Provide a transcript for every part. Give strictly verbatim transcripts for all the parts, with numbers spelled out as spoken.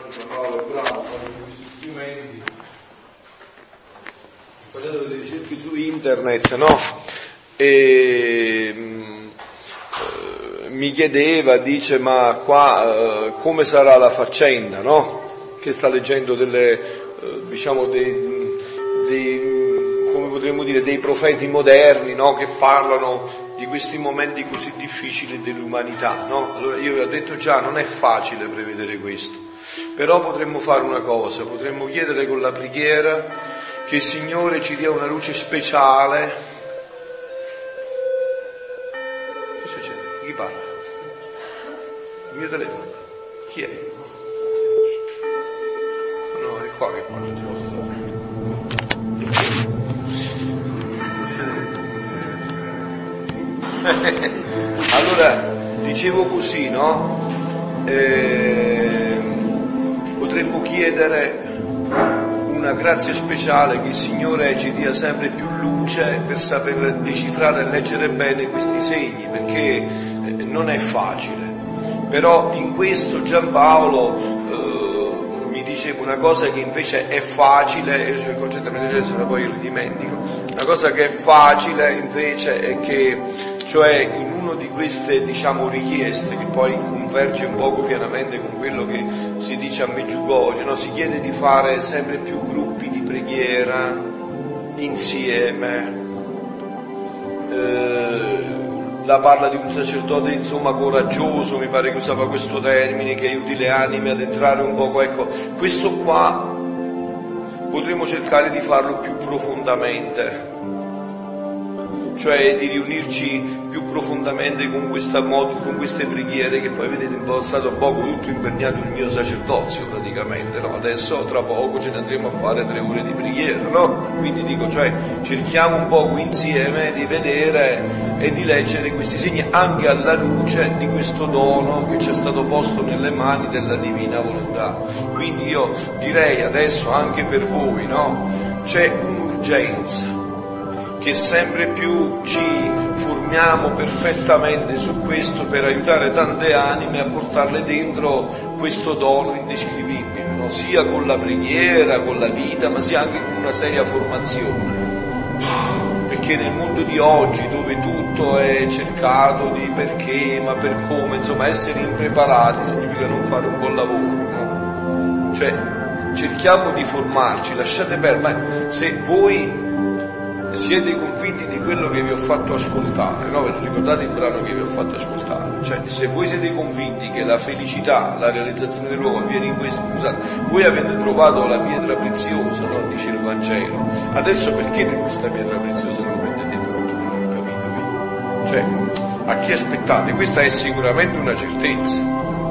Paolo è bravo, fanno questi strumenti, facendo delle ricerche su internet, no? E mh, eh, mi chiedeva, dice, ma qua eh, come sarà la faccenda, no? Che sta leggendo delle, eh, diciamo, dei, dei, come potremmo dire, dei profeti moderni, no? Che parlano di questi momenti così difficili dell'umanità, no? Allora io vi ho detto già, non è facile prevedere questo, però potremmo fare una cosa, potremmo chiedere con la preghiera che il Signore ci dia una luce speciale. Che succede? Chi parla? Il mio telefono? Chi è? No, è qua che parla di vostro. Allora, dicevo così, no? Eh, potremmo chiedere una grazia speciale che il Signore ci dia sempre più luce per saper decifrare e leggere bene questi segni, perché eh, non è facile. Però in questo Giampaolo eh, mi diceva una cosa che invece è facile, e io mi concentro a leggere, se no poi io li dimentico. Una cosa che è facile invece è che, cioè, in una di queste, diciamo, richieste, che poi converge un poco pienamente con quello che si dice a Meggiugorio, no? Si chiede di fare sempre più gruppi di preghiera insieme. Eh, la parla di un sacerdote, insomma, coraggioso, mi pare che usava questo termine, che aiuti le anime ad entrare un poco, ecco, questo qua potremo cercare di farlo più profondamente, cioè di riunirci più profondamente con questa mod, con queste preghiere, che poi vedete un po' stato poco tutto imperniato il mio sacerdozio praticamente, no? Adesso tra poco ce ne andremo a fare tre ore di preghiera, no? Quindi dico, cioè cerchiamo un poco insieme di vedere e di leggere questi segni anche alla luce di questo dono che ci è stato posto nelle mani della divina volontà. Quindi io direi adesso anche per voi, no? C'è un'urgenza che sempre più ci formiamo perfettamente su questo per aiutare tante anime a portarle dentro questo dono indescrivibile, no? Sia con la preghiera, con la vita, ma sia anche con una seria formazione. Perché nel mondo di oggi, dove tutto è cercato di perché, ma per come, insomma, essere impreparati significa non fare un buon lavoro, no? Cioè, cerchiamo di formarci, lasciate perdere, ma se voi siete convinti di quello che vi ho fatto ascoltare, no? Ve lo ricordate il brano che vi ho fatto ascoltare? Cioè, se voi siete convinti che la felicità, la realizzazione dell'uomo avviene in questo, scusate, voi avete trovato la pietra preziosa, no? Dice il Vangelo. Adesso perché per questa pietra preziosa non prendete tutto? Non ho capito. Cioè, a chi aspettate? Questa è sicuramente una certezza.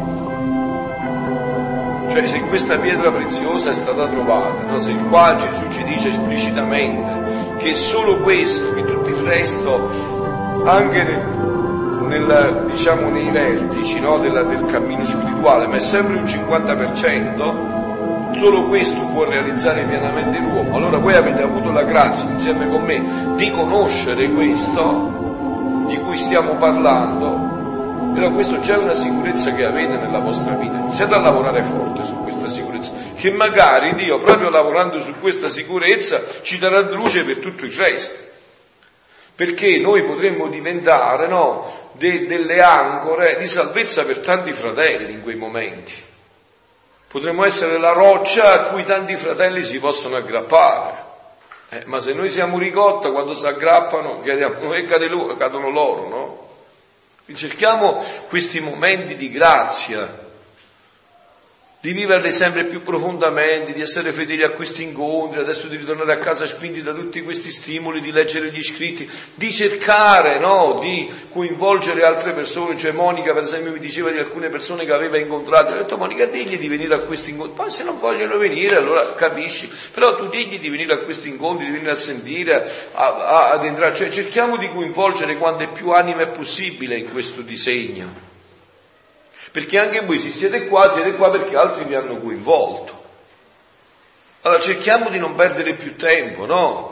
Cioè, se questa pietra preziosa è stata trovata, no? Se qua Gesù ci dice esplicitamente che è solo questo, che tutto il resto, anche nel, nel, diciamo, nei vertici, no, della, del cammino spirituale, ma è sempre un cinquanta per cento, solo questo può realizzare pienamente l'uomo. Allora voi avete avuto la grazia, insieme con me, di conoscere questo di cui stiamo parlando, però questo già è una sicurezza che avete nella vostra vita. Iniziate a lavorare forte su questa sicurezza, che magari Dio, proprio lavorando su questa sicurezza, ci darà luce per tutto il resto, perché noi potremmo diventare, no, de- delle ancore di salvezza per tanti fratelli in quei momenti. Potremmo essere la roccia a cui tanti fratelli si possono aggrappare, eh, ma se noi siamo ricotta, quando si aggrappano cadiamo, e cade loro, cadono loro, no? Cerchiamo questi momenti di grazia, di viverli sempre più profondamente, di essere fedeli a questi incontri, adesso di ritornare a casa spinti da tutti questi stimoli, di leggere gli scritti, di cercare, no, di coinvolgere altre persone. Cioè Monica, per esempio, mi diceva di alcune persone che aveva incontrato, ho detto: Monica, digli di venire a questi incontri, poi se non vogliono venire allora capisci, però tu digli di venire a questi incontri, di venire a sentire, a, a, ad entrare, cioè cerchiamo di coinvolgere quante più anime è possibile in questo disegno. Perché anche voi, se siete qua, siete qua perché altri vi hanno coinvolto. Allora cerchiamo di non perdere più tempo, no?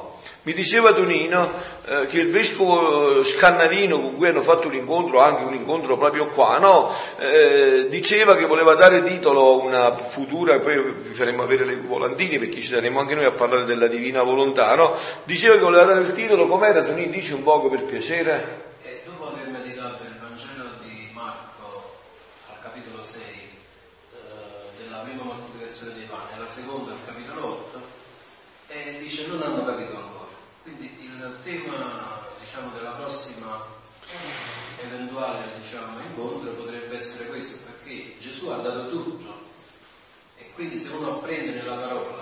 Mi diceva Tonino eh, che il vescovo Scannavino, con cui hanno fatto un incontro, anche un incontro proprio qua, no? eh, diceva che voleva dare titolo a una futura, poi vi faremo avere le volantini perché ci saremo anche noi a parlare della divina volontà, no? Diceva che voleva dare il titolo, com'era Tonino? Dici un poco per piacere. E dopo aver meditato il Vangelo di Marco al capitolo sei eh, della prima moltiplicazione dei pani, alla seconda al capitolo otto, e dice non hanno capito ancora. Quindi il tema, diciamo, della prossima eventuale, diciamo, incontro potrebbe essere questo, perché Gesù ha dato tutto, e quindi se uno apprende nella parola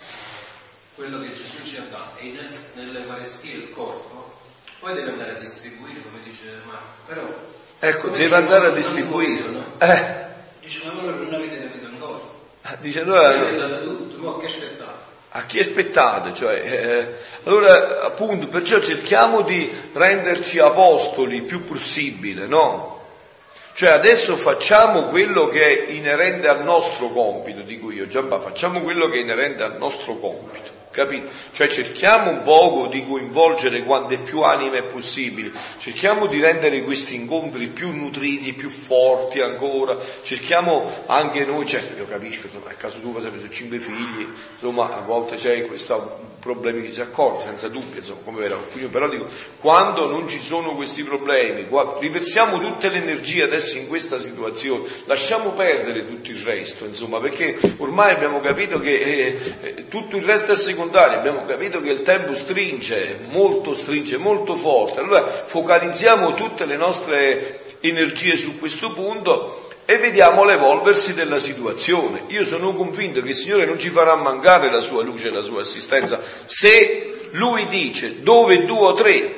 quello che Gesù ci ha dato e nel, nell'Eucaristia il corpo, poi deve andare a distribuire, come dice Marco. Però ecco, deve andare a distribuire, no? eh. Dice, ma allora non avete capito ancora, dice allora avete dato tutto, ma che aspettate? A chi aspettate? Cioè, eh, allora, appunto, perciò cerchiamo di renderci apostoli il più possibile, no? Cioè, adesso facciamo quello che è inerente al nostro compito, dico io, Giampà, facciamo quello che è inerente al nostro compito. Capito? Cioè cerchiamo un poco di coinvolgere quante più anime è possibile, cerchiamo di rendere questi incontri più nutriti, più forti ancora, cerchiamo anche noi, certo io capisco, insomma, a caso tuo per esempio su cinque figli, insomma a volte c'è questo problemi che si accorge, senza dubbio, insomma, come vera opinione, però dico, quando non ci sono questi problemi, riversiamo tutte le energie adesso in questa situazione, lasciamo perdere tutto il resto, insomma, perché ormai abbiamo capito che eh, eh, tutto il resto è secondario. Abbiamo capito che il tempo stringe, molto stringe, molto forte, allora focalizziamo tutte le nostre energie su questo punto e vediamo l'evolversi della situazione. Io sono convinto che il Signore non ci farà mancare la sua luce e la sua assistenza se Lui dice dove due o tre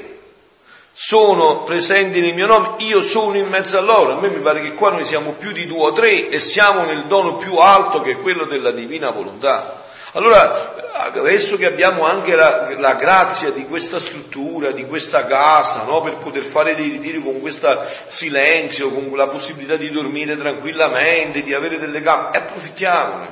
sono presenti nel mio nome, io sono in mezzo a loro. A me mi pare che qua noi siamo più di due o tre e siamo nel dono più alto che è quello della divina volontà. Allora, adesso che abbiamo anche la, la grazia di questa struttura, di questa casa, no? Per poter fare dei ritiri con questo silenzio, con la possibilità di dormire tranquillamente, di avere delle gambe, approfittiamone.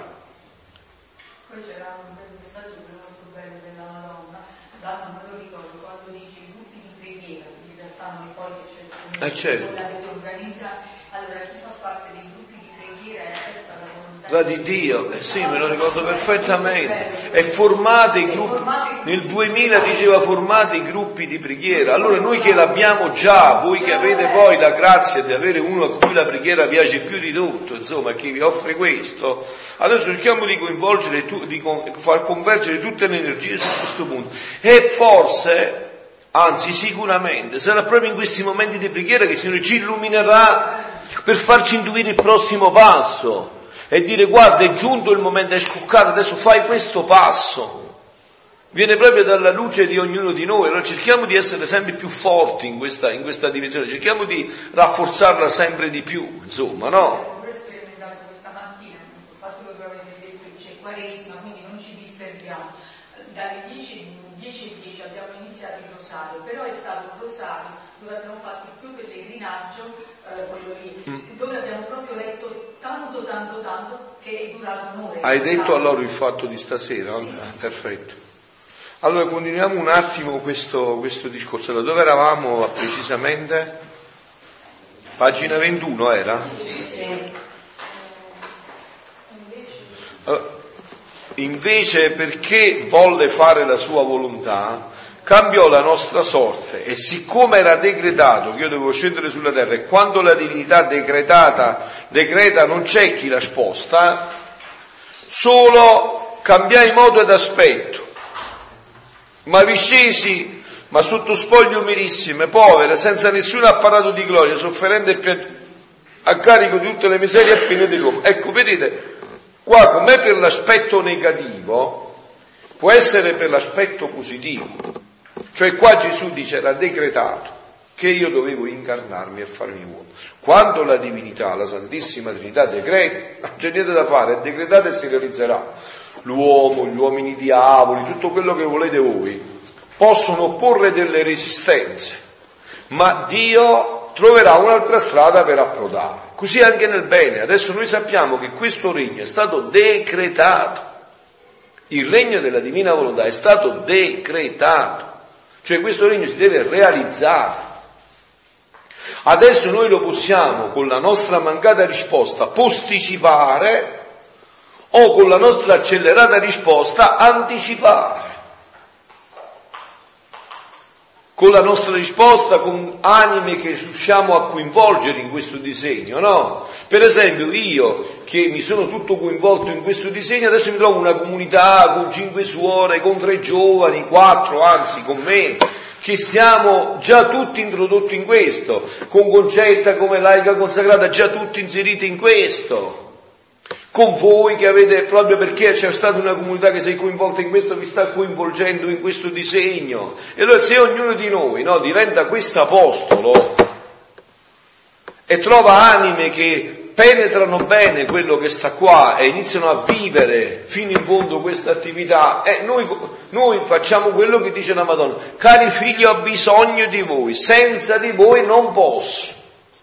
Poi c'era un bel messaggio molto bello della Madonna, da, non me lo ricordo, quando dice i gruppi di preghiera, in realtà noi poi c'è eh certo. la che organizza, allora chi fa parte dei gruppi di preghiera è aperta alla volontà La di Dio, eh sì, me lo ricordo perfettamente, è formate i gruppi, nel duemila diceva formate i gruppi di preghiera, allora noi che l'abbiamo già, voi che avete poi la grazia di avere uno a cui la preghiera piace più di tutto, insomma, chi vi offre questo, adesso cerchiamo di coinvolgere, di far convergere tutte le energie su questo punto, e forse, anzi sicuramente, sarà proprio in questi momenti di preghiera che il Signore ci illuminerà per farci intuire il prossimo passo e dire guarda è giunto il momento, è scoccato, adesso fai questo passo, viene proprio dalla luce di ognuno di noi. Allora cerchiamo di essere sempre più forti in questa, in questa dimensione, cerchiamo di rafforzarla sempre di più, insomma, no? Ho sperimentato questa mattina il fatto che proprio avete detto che c'è Quaresima, quindi non ci disperdiamo. Dalle dieci e dieci abbiamo iniziato il rosario, però è stato un rosario dove abbiamo fatto il più pellegrinaggio, eh, quello lì, mm. dove abbiamo proprio letto tanto, tanto, tanto, che è durato un'ora. Hai detto a loro il fatto di stasera? Sì. Ah, perfetto. Allora continuiamo un attimo questo, questo discorso. Allora, dove eravamo precisamente? Pagina ventuno era? Sì, sì. Allora, invece perché volle fare la sua volontà, cambiò la nostra sorte e siccome era decretato che io dovevo scendere sulla terra e quando la divinità decretata decreta non c'è chi la sposta, solo cambiai modo ed aspetto, ma vi scesi ma sotto spoglio umilissime, povere, senza nessun apparato di gloria, sofferente e piangente, a carico di tutte le miserie e pene dell'uomo. Ecco, vedete, qua com'è per l'aspetto negativo, può essere per l'aspetto positivo. Cioè qua Gesù dice era decretato che io dovevo incarnarmi e farmi uomo. Quando la divinità, la Santissima Trinità decreta, non c'è niente da fare, è decretata e si realizzerà. L'uomo, gli uomini diavoli, tutto quello che volete voi, possono opporre delle resistenze, ma Dio troverà un'altra strada per approdare. Così anche nel bene. Adesso noi sappiamo che questo regno è stato decretato. Il regno della divina volontà è stato decretato, cioè questo regno si deve realizzare. Adesso noi lo possiamo, con la nostra mancata risposta, posticipare o con la nostra accelerata risposta anticipare. Con la nostra risposta, con anime che riusciamo a coinvolgere in questo disegno, no? Per esempio io, che mi sono tutto coinvolto in questo disegno, adesso mi trovo una comunità con cinque suore, con tre giovani, quattro anzi con me, che stiamo già tutti introdotti in questo, con Concetta come laica consacrata, già tutti inseriti in questo. Con voi che avete, proprio perché c'è stata una comunità che si è coinvolta in questo, vi sta coinvolgendo in questo disegno. E allora se ognuno di noi, no, diventa questo apostolo e trova anime che penetrano bene quello che sta qua e iniziano a vivere fino in fondo questa attività, e noi, noi facciamo quello che dice la Madonna: cari figli, ho bisogno di voi, senza di voi non posso.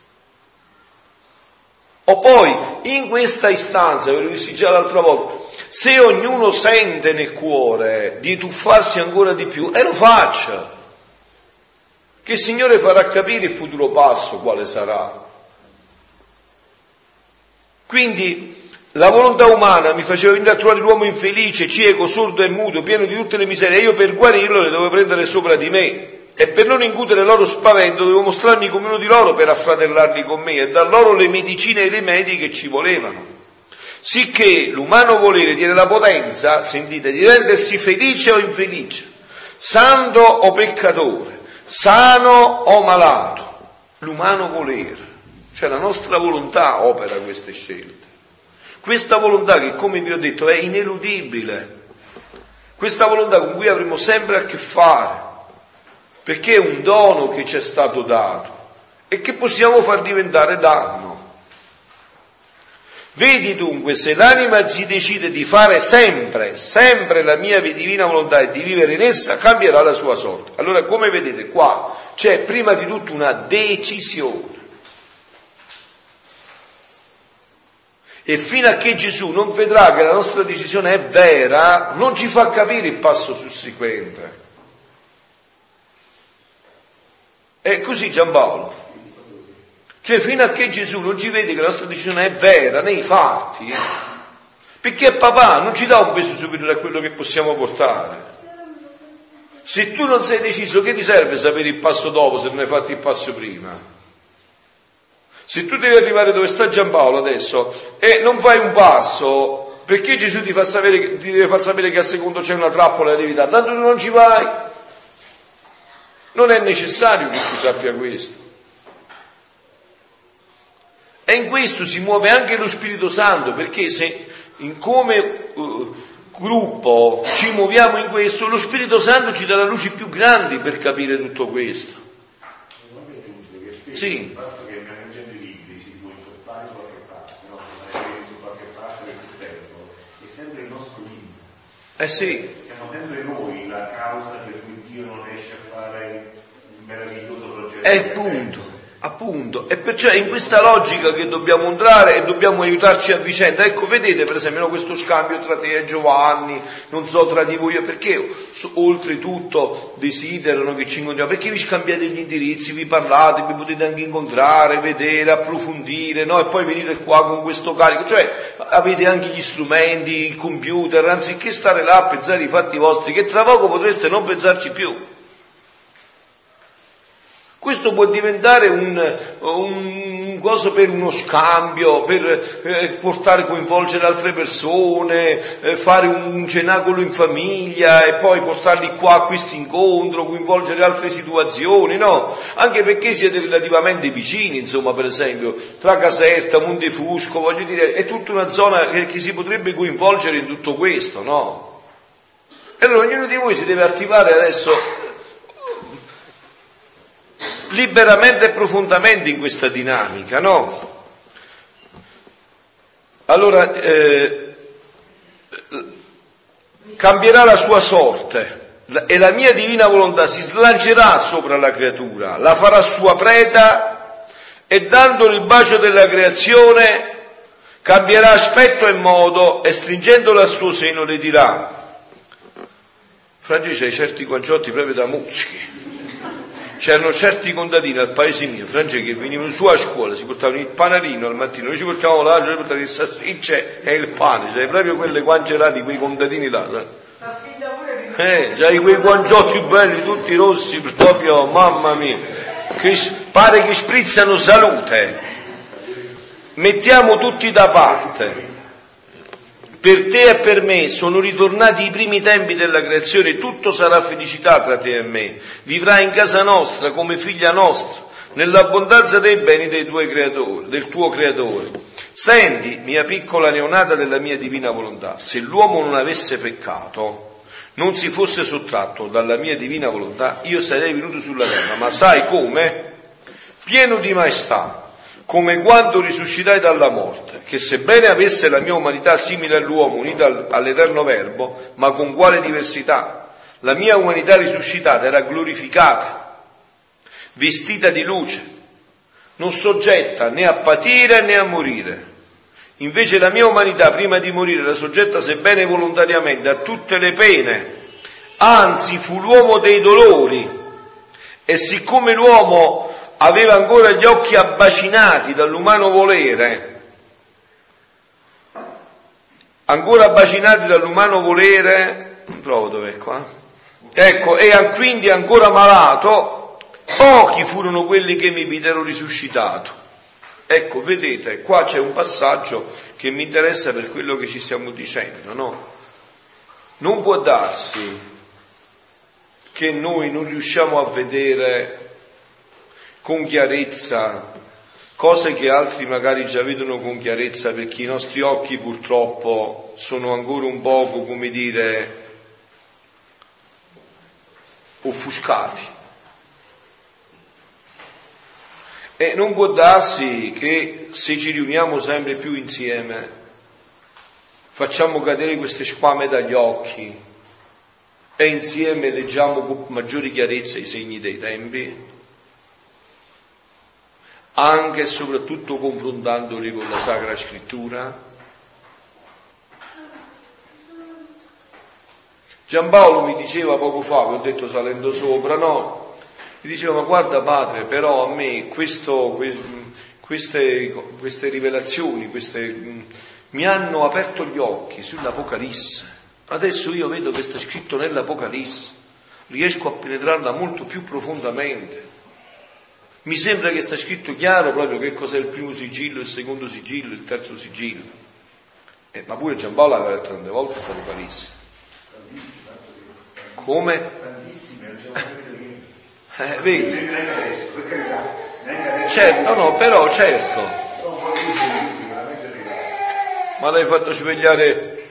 O poi, in questa istanza, ve lo dissi già l'altra volta, se ognuno sente nel cuore di tuffarsi ancora di più, e lo faccia, che il Signore farà capire il futuro passo quale sarà. Quindi la volontà umana mi faceva venire a trovare l'uomo infelice, cieco, sordo e muto, pieno di tutte le miserie, e io per guarirlo le dovevo prendere sopra di me. E per non incutere loro spavento dovevo mostrarmi come uno di loro per affratellarli con me e dar loro le medicine e i rimedi che ci volevano. Sicché l'umano volere tiene la potenza, sentite, di rendersi felice o infelice, santo o peccatore, sano o malato. L'umano volere, cioè la nostra volontà opera queste scelte. Questa volontà che, come vi ho detto, è ineludibile. Questa volontà con cui avremo sempre a che fare, perché è un dono che ci è stato dato e che possiamo far diventare danno. Vedi dunque, se l'anima si decide di fare sempre, sempre la mia divina volontà e di vivere in essa, cambierà la sua sorte. Allora, come vedete qua, c'è prima di tutto una decisione. E fino a che Gesù non vedrà che la nostra decisione è vera, non ci fa capire il passo susseguente. È così, Giampaolo. Cioè, fino a che Gesù non ci vede che la nostra decisione è vera nei fatti, perché papà non ci dà un peso superiore a quello che possiamo portare. Se tu non sei deciso, che ti serve sapere il passo dopo se non hai fatto il passo prima? Se tu devi arrivare dove sta Giampaolo adesso e non fai un passo, perché Gesù ti fa sapere, ti deve far sapere che a secondo c'è una trappola e devi dare? Tanto tu non ci vai. Non è necessario che tu sappia questo. E in questo si muove anche lo Spirito Santo, perché se in come uh, gruppo ci muoviamo in questo, lo Spirito Santo ci dà la luci più grandi per capire tutto questo. Sì. Il fatto che leggendo i libri si può intoppare su qualche parte, no? Su qualche parte del tempo, è sempre il nostro limite. Eh sì. Siamo sempre noi la causa per cui Dio non riesce a fare un meraviglioso progetto. È appunto. Appunto, e perciò è in questa logica che dobbiamo entrare e dobbiamo aiutarci a vicenda. Ecco, vedete per esempio, no, questo scambio tra te e Giovanni, non so tra di voi, perché oltretutto desiderano che ci incontriamo, perché vi scambiate gli indirizzi, vi parlate, vi potete anche incontrare, vedere, approfondire, no? E poi venire qua con questo carico, cioè avete anche gli strumenti, il computer, anziché stare là a pensare ai fatti vostri, che tra poco potreste non pensarci più. Questo può diventare un, un coso per uno scambio, per eh, portare, coinvolgere altre persone, eh, fare un, un cenacolo in famiglia e poi portarli qua a questo incontro, coinvolgere altre situazioni, no? Anche perché siete relativamente vicini, insomma, per esempio, tra Caserta, Montefusco, voglio dire, è tutta una zona che, che si potrebbe coinvolgere in tutto questo, no? E allora ognuno di voi si deve attivare adesso liberamente e profondamente in questa dinamica, no? Allora eh, cambierà la sua sorte e la mia divina volontà si slancerà sopra la creatura, la farà sua preda e dandole il bacio della creazione cambierà aspetto e modo e stringendola al suo seno le dirà: Francesco, c'hai certi guanciotti proprio da muzzichi. C'erano certi contadini al paese mio, Francesco, che venivano su a scuola, si portavano il panarino al mattino, noi ci portavamo là, ci portavano il salsicce e il pane, cioè proprio quelle guance là di quei contadini là. Eh, c'hai quei guanciotti belli, tutti rossi, proprio, mamma mia, che pare che sprizzano salute. Mettiamo tutti da parte. Per te e per me sono ritornati i primi tempi della creazione, tutto sarà felicità tra te e me. Vivrai in casa nostra come figlia nostra, nell'abbondanza dei beni dei tuoi creatori, del tuo creatore. Senti, mia piccola neonata della mia divina volontà, se l'uomo non avesse peccato, non si fosse sottratto dalla mia divina volontà, io sarei venuto sulla terra, ma sai come? Pieno di maestà, come quando risuscitai dalla morte, che sebbene avesse la mia umanità simile all'uomo, unita all'eterno Verbo, ma con quale diversità? La mia umanità risuscitata era glorificata, vestita di luce, non soggetta né a patire né a morire. Invece la mia umanità prima di morire era soggetta, sebbene volontariamente, a tutte le pene, anzi fu l'uomo dei dolori, e siccome l'uomo aveva ancora gli occhi abbacinati dall'umano volere, ancora abbacinati dall'umano volere, non provo dov'è qua, ecco, e quindi ancora malato, pochi furono quelli che mi videro risuscitato. Ecco, vedete, qua c'è un passaggio che mi interessa per quello che ci stiamo dicendo, no? Non può darsi che noi non riusciamo a vedere con chiarezza cose che altri magari già vedono con chiarezza, perché i nostri occhi purtroppo sono ancora un poco, come dire, offuscati. E non può darsi che se ci riuniamo sempre più insieme facciamo cadere queste squame dagli occhi e insieme leggiamo con maggiore chiarezza i segni dei tempi, anche e soprattutto confrontandoli con la Sacra Scrittura. Giampaolo mi diceva poco fa, vi ho detto salendo sopra, no? Mi diceva, ma guarda padre, però a me questo, queste, queste rivelazioni, queste, mi hanno aperto gli occhi sull'Apocalisse. Adesso io vedo che sta scritto nell'Apocalisse, riesco a penetrarla molto più profondamente. Mi sembra che sta scritto chiaro proprio che cos'è il primo sigillo, il secondo sigillo, il terzo sigillo. Eh, ma pure Giampaolo aveva letto tante volte questa Apocalisse. Come? Eh, vedi? Certo, no, no, però certo. Ma l'hai fatto svegliare.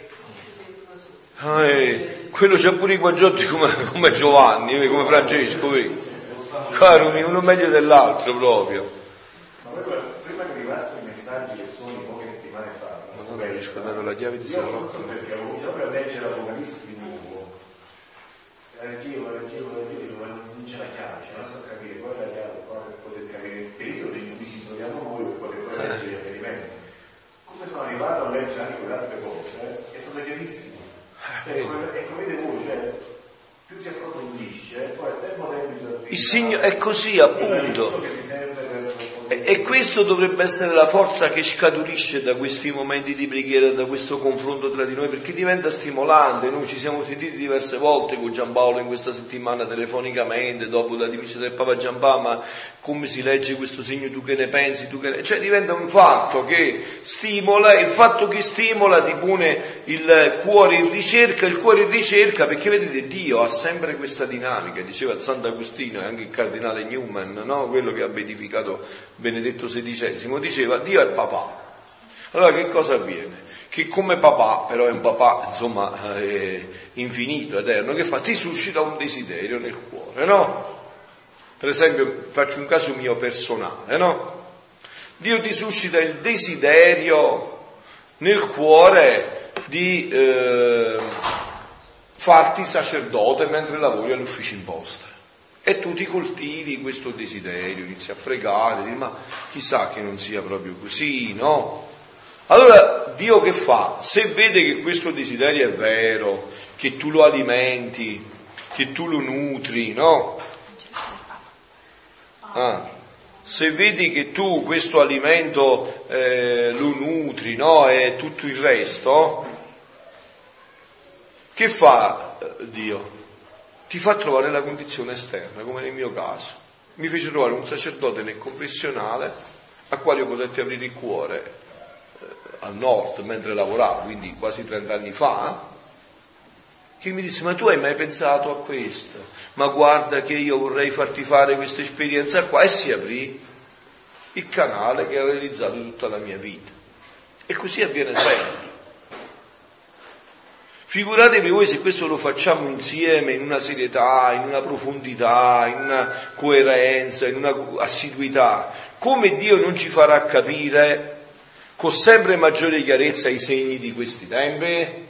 Eh, quello c'ha pure i guanciotti come, come Giovanni, come Francesco, vedi? Caro mio, uno meglio dell'altro proprio. Ma proprio prima che arrivassero i messaggi che sono di poche settimane fa, ma non hai riscordato la chiave di San Rocco? Perché avevo proprio a leggere l'Apocalisse di nuovo. Leggevo, leggevo, leggevo, ma non c'è la chiave, cioè non so capire qual è la chiave qua per poter capire il periodo in cui ci troviamo noi per poter poi leggere gli avvenimenti. Come sono arrivato a leggere anche quelle altre cose, eh, e sono chiarissime. E come vedete voi, cioè, più si approfondisce, poi al tempo tempo il Signore è così, appunto, e, e questo dovrebbe essere la forza che scaturisce da questi momenti di preghiera, da questo confronto tra di noi, perché diventa stimolante. Noi ci siamo sentiti diverse volte con Giampaolo in questa settimana telefonicamente, dopo la dimise del Papa Giampaolo, ma come si legge questo segno, tu che ne pensi, tu che ne... cioè diventa un fatto che stimola, il fatto che stimola ti pone il cuore in ricerca, il cuore in ricerca, perché vedete Dio ha sempre questa dinamica, diceva Sant'Agostino e anche il cardinale Newman, no? Quello che ha beatificato Benedetto sedicesimo, diceva Dio è papà. Allora che cosa avviene? Che come papà, però è un papà insomma eh, infinito, eterno, che fa? Ti suscita un desiderio nel cuore, no? Per esempio, faccio un caso mio personale, no? Dio ti suscita il desiderio nel cuore di eh, farti sacerdote mentre lavori all'ufficio imposta. E tu ti coltivi questo desiderio, inizi a pregare, dici, ma chissà che non sia proprio così, no? Allora Dio che fa? Se vede che questo desiderio è vero, che tu lo alimenti, che tu lo nutri, no? Ah, se vedi che tu questo alimento eh, lo nutri, no? E tutto il resto, che fa Dio? Ti fa trovare la condizione esterna, come nel mio caso. Mi fece trovare un sacerdote nel confessionale al quale io potetti aprire il cuore eh, al nord mentre lavoravo, quindi quasi trent'anni fa, che mi disse: ma tu hai mai pensato a questo? Ma guarda che io vorrei farti fare questa esperienza qua, e si aprì il canale che ha realizzato tutta la mia vita. E così avviene sempre. Figuratevi voi se questo lo facciamo insieme, in una serietà, in una profondità, in una coerenza, in una assiduità, come Dio non ci farà capire con sempre maggiore chiarezza i segni di questi tempi.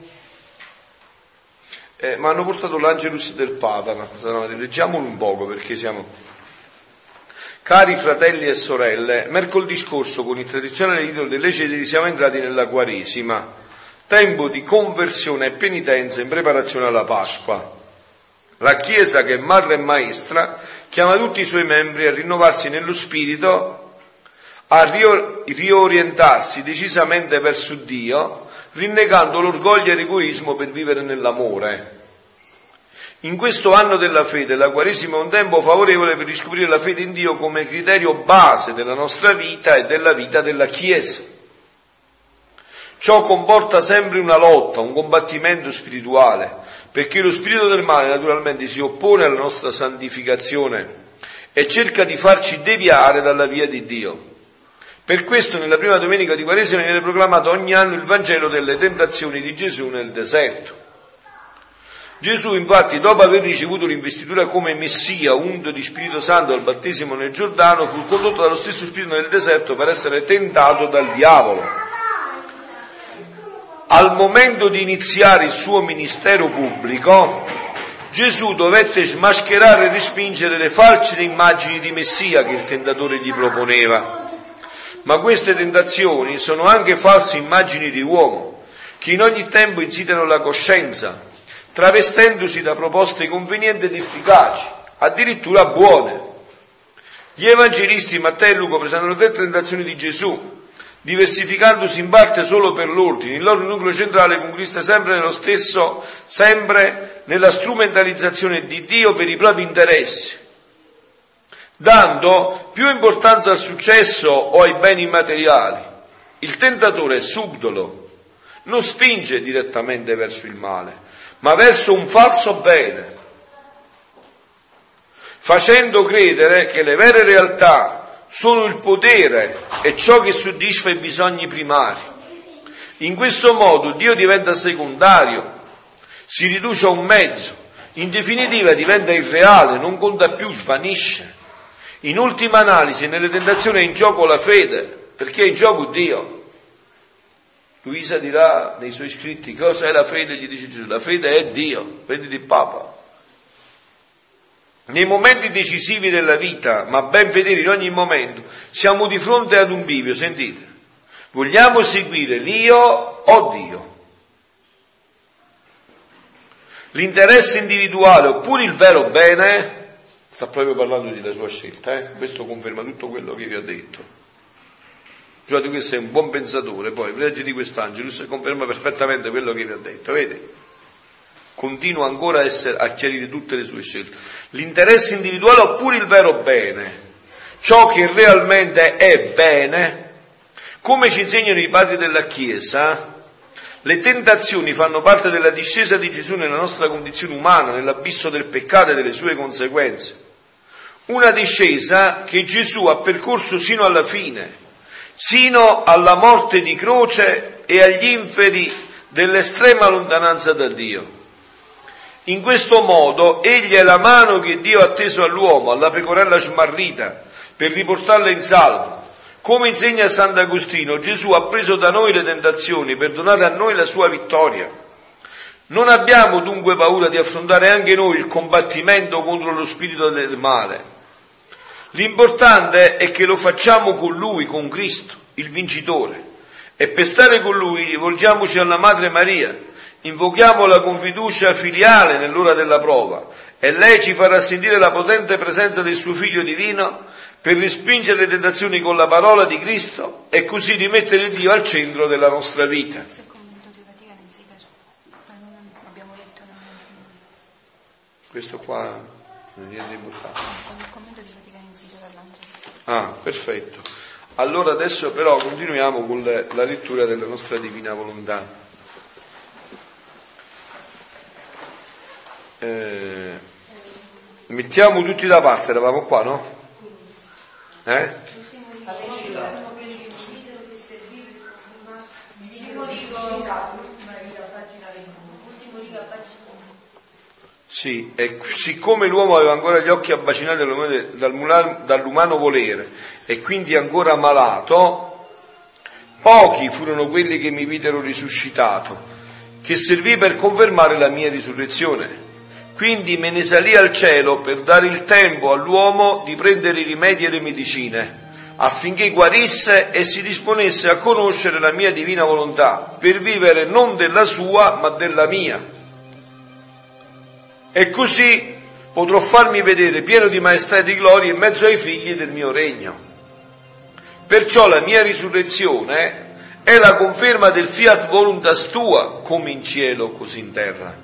Eh, mi hanno portato l'Angelus del Papa, leggiamolo un poco perché siamo... Cari fratelli e sorelle, mercoledì scorso con il tradizionale rito delle ceneri siamo entrati nella Quaresima, tempo di conversione e penitenza in preparazione alla Pasqua. La Chiesa, che è madre e maestra, chiama tutti i suoi membri a rinnovarsi nello spirito, a riorientarsi decisamente verso Dio, rinnegando l'orgoglio e l'egoismo per vivere nell'amore. In questo anno della fede, la Quaresima è un tempo favorevole per riscoprire la fede in Dio come criterio base della nostra vita e della vita della Chiesa. Ciò comporta sempre una lotta, un combattimento spirituale, perché lo spirito del male naturalmente si oppone alla nostra santificazione e cerca di farci deviare dalla via di Dio. Per questo nella prima domenica di Quaresima viene proclamato ogni anno il Vangelo delle tentazioni di Gesù nel deserto. Gesù, infatti, dopo aver ricevuto l'investitura come Messia, unto di Spirito Santo al battesimo nel Giordano, fu condotto dallo stesso Spirito nel deserto per essere tentato dal diavolo. Al momento di iniziare il suo ministero pubblico, Gesù dovette smascherare e respingere le false immagini di Messia che il tentatore gli proponeva. Ma queste tentazioni sono anche false immagini di uomo, che in ogni tempo insidiano la coscienza, travestendosi da proposte convenienti ed efficaci, addirittura buone. Gli evangelisti Matteo e Luca presentano tre tentazioni di Gesù, diversificandosi in parte solo per l'ordine. Il loro nucleo centrale consiste sempre nello stesso, sempre nella strumentalizzazione di Dio per i propri interessi, dando più importanza al successo o ai beni materiali. Il tentatore è subdolo, non spinge direttamente verso il male, ma verso un falso bene, facendo credere che le vere realtà sono il potere e ciò che soddisfa i bisogni primari. In questo modo Dio diventa secondario, si riduce a un mezzo, in definitiva diventa irreale, non conta più, svanisce. In ultima analisi, nelle tentazioni è in gioco la fede, perché è in gioco Dio. Luisa dirà nei suoi scritti: cosa è la fede? Gli dice Gesù: la fede è Dio, vedi di Papa. Nei momenti decisivi della vita, ma ben vedere in ogni momento, siamo di fronte ad un bivio, sentite. Vogliamo seguire l'io o Dio? L'interesse individuale oppure il vero bene? Sta proprio parlando della sua scelta, eh? Questo conferma tutto quello che vi ho detto. Cioè, questo è un buon pensatore, poi legge di quest'Angelus conferma perfettamente quello che vi ho detto, vedi? Continua ancora a, essere, a chiarire tutte le sue scelte. L'interesse individuale oppure il vero bene, ciò che realmente è bene. Come ci insegnano i padri della Chiesa, le tentazioni fanno parte della discesa di Gesù nella nostra condizione umana, nell'abisso del peccato e delle sue conseguenze. Una discesa che Gesù ha percorso sino alla fine, sino alla morte di croce e agli inferi dell'estrema lontananza da Dio. In questo modo egli è la mano che Dio ha teso all'uomo, alla pecorella smarrita, per riportarla in salvo. Come insegna Sant'Agostino, Gesù ha preso da noi le tentazioni per donare a noi la sua vittoria. Non abbiamo dunque paura di affrontare anche noi il combattimento contro lo spirito del male. L'importante è che lo facciamo con Lui, con Cristo, il vincitore. E per stare con Lui rivolgiamoci alla Madre Maria, Invochiamola con fiducia filiale nell'ora della prova e lei ci farà sentire la potente presenza del suo Figlio divino per respingere le tentazioni con la parola di Cristo e così rimettere Dio al centro della nostra vita. Questo qua non è niente importante. Ah, perfetto. Allora adesso però continuiamo con le, la lettura della nostra divina volontà. Eh, mettiamo tutti da parte, eravamo qua, no? Eh? Sì, e siccome l'uomo aveva ancora gli occhi abbacinati dall'umano volere e quindi ancora malato, pochi furono quelli che mi videro risuscitato, che servì per confermare la mia risurrezione. Quindi me ne salì al cielo per dare il tempo all'uomo di prendere i rimedi e le medicine, affinché guarisse e si disponesse a conoscere la mia divina volontà, per vivere non della sua, ma della mia. E così potrò farmi vedere pieno di maestà e di gloria in mezzo ai figli del mio regno. Perciò la mia risurrezione è la conferma del fiat voluntas tua, come in cielo, così in terra.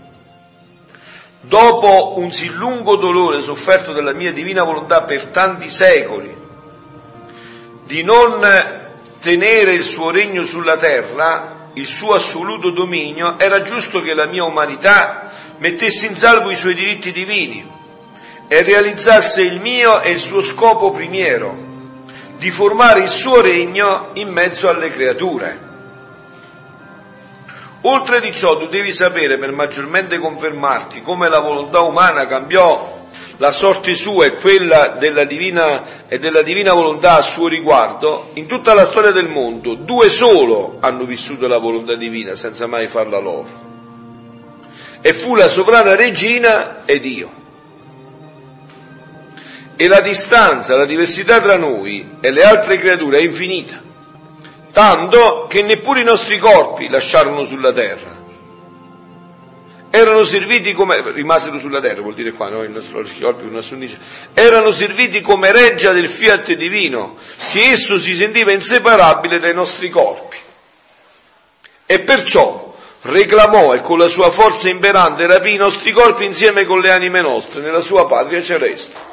Dopo un sì lungo dolore sofferto dalla mia divina volontà per tanti secoli, di non tenere il suo regno sulla terra, il suo assoluto dominio, era giusto che la mia umanità mettesse in salvo i suoi diritti divini e realizzasse il mio e il suo scopo primiero, di formare il suo regno in mezzo alle creature. Oltre di ciò tu devi sapere, per maggiormente confermarti, come la volontà umana cambiò la sorte sua e quella della divina e della divina volontà a suo riguardo. In tutta la storia del mondo due solo hanno vissuto la volontà divina senza mai farla loro, e fu la sovrana regina ed io. E la distanza, la diversità tra noi e le altre creature è infinita, tanto che neppure i nostri corpi lasciarono sulla terra. Erano serviti come, rimasero sulla terra, vuol dire qua, no? I nostri corpi, una sondice, erano serviti come reggia del fiat divino, che esso si sentiva inseparabile dai nostri corpi. E perciò reclamò e con la sua forza imperante rapì i nostri corpi insieme con le anime nostre nella sua patria celeste.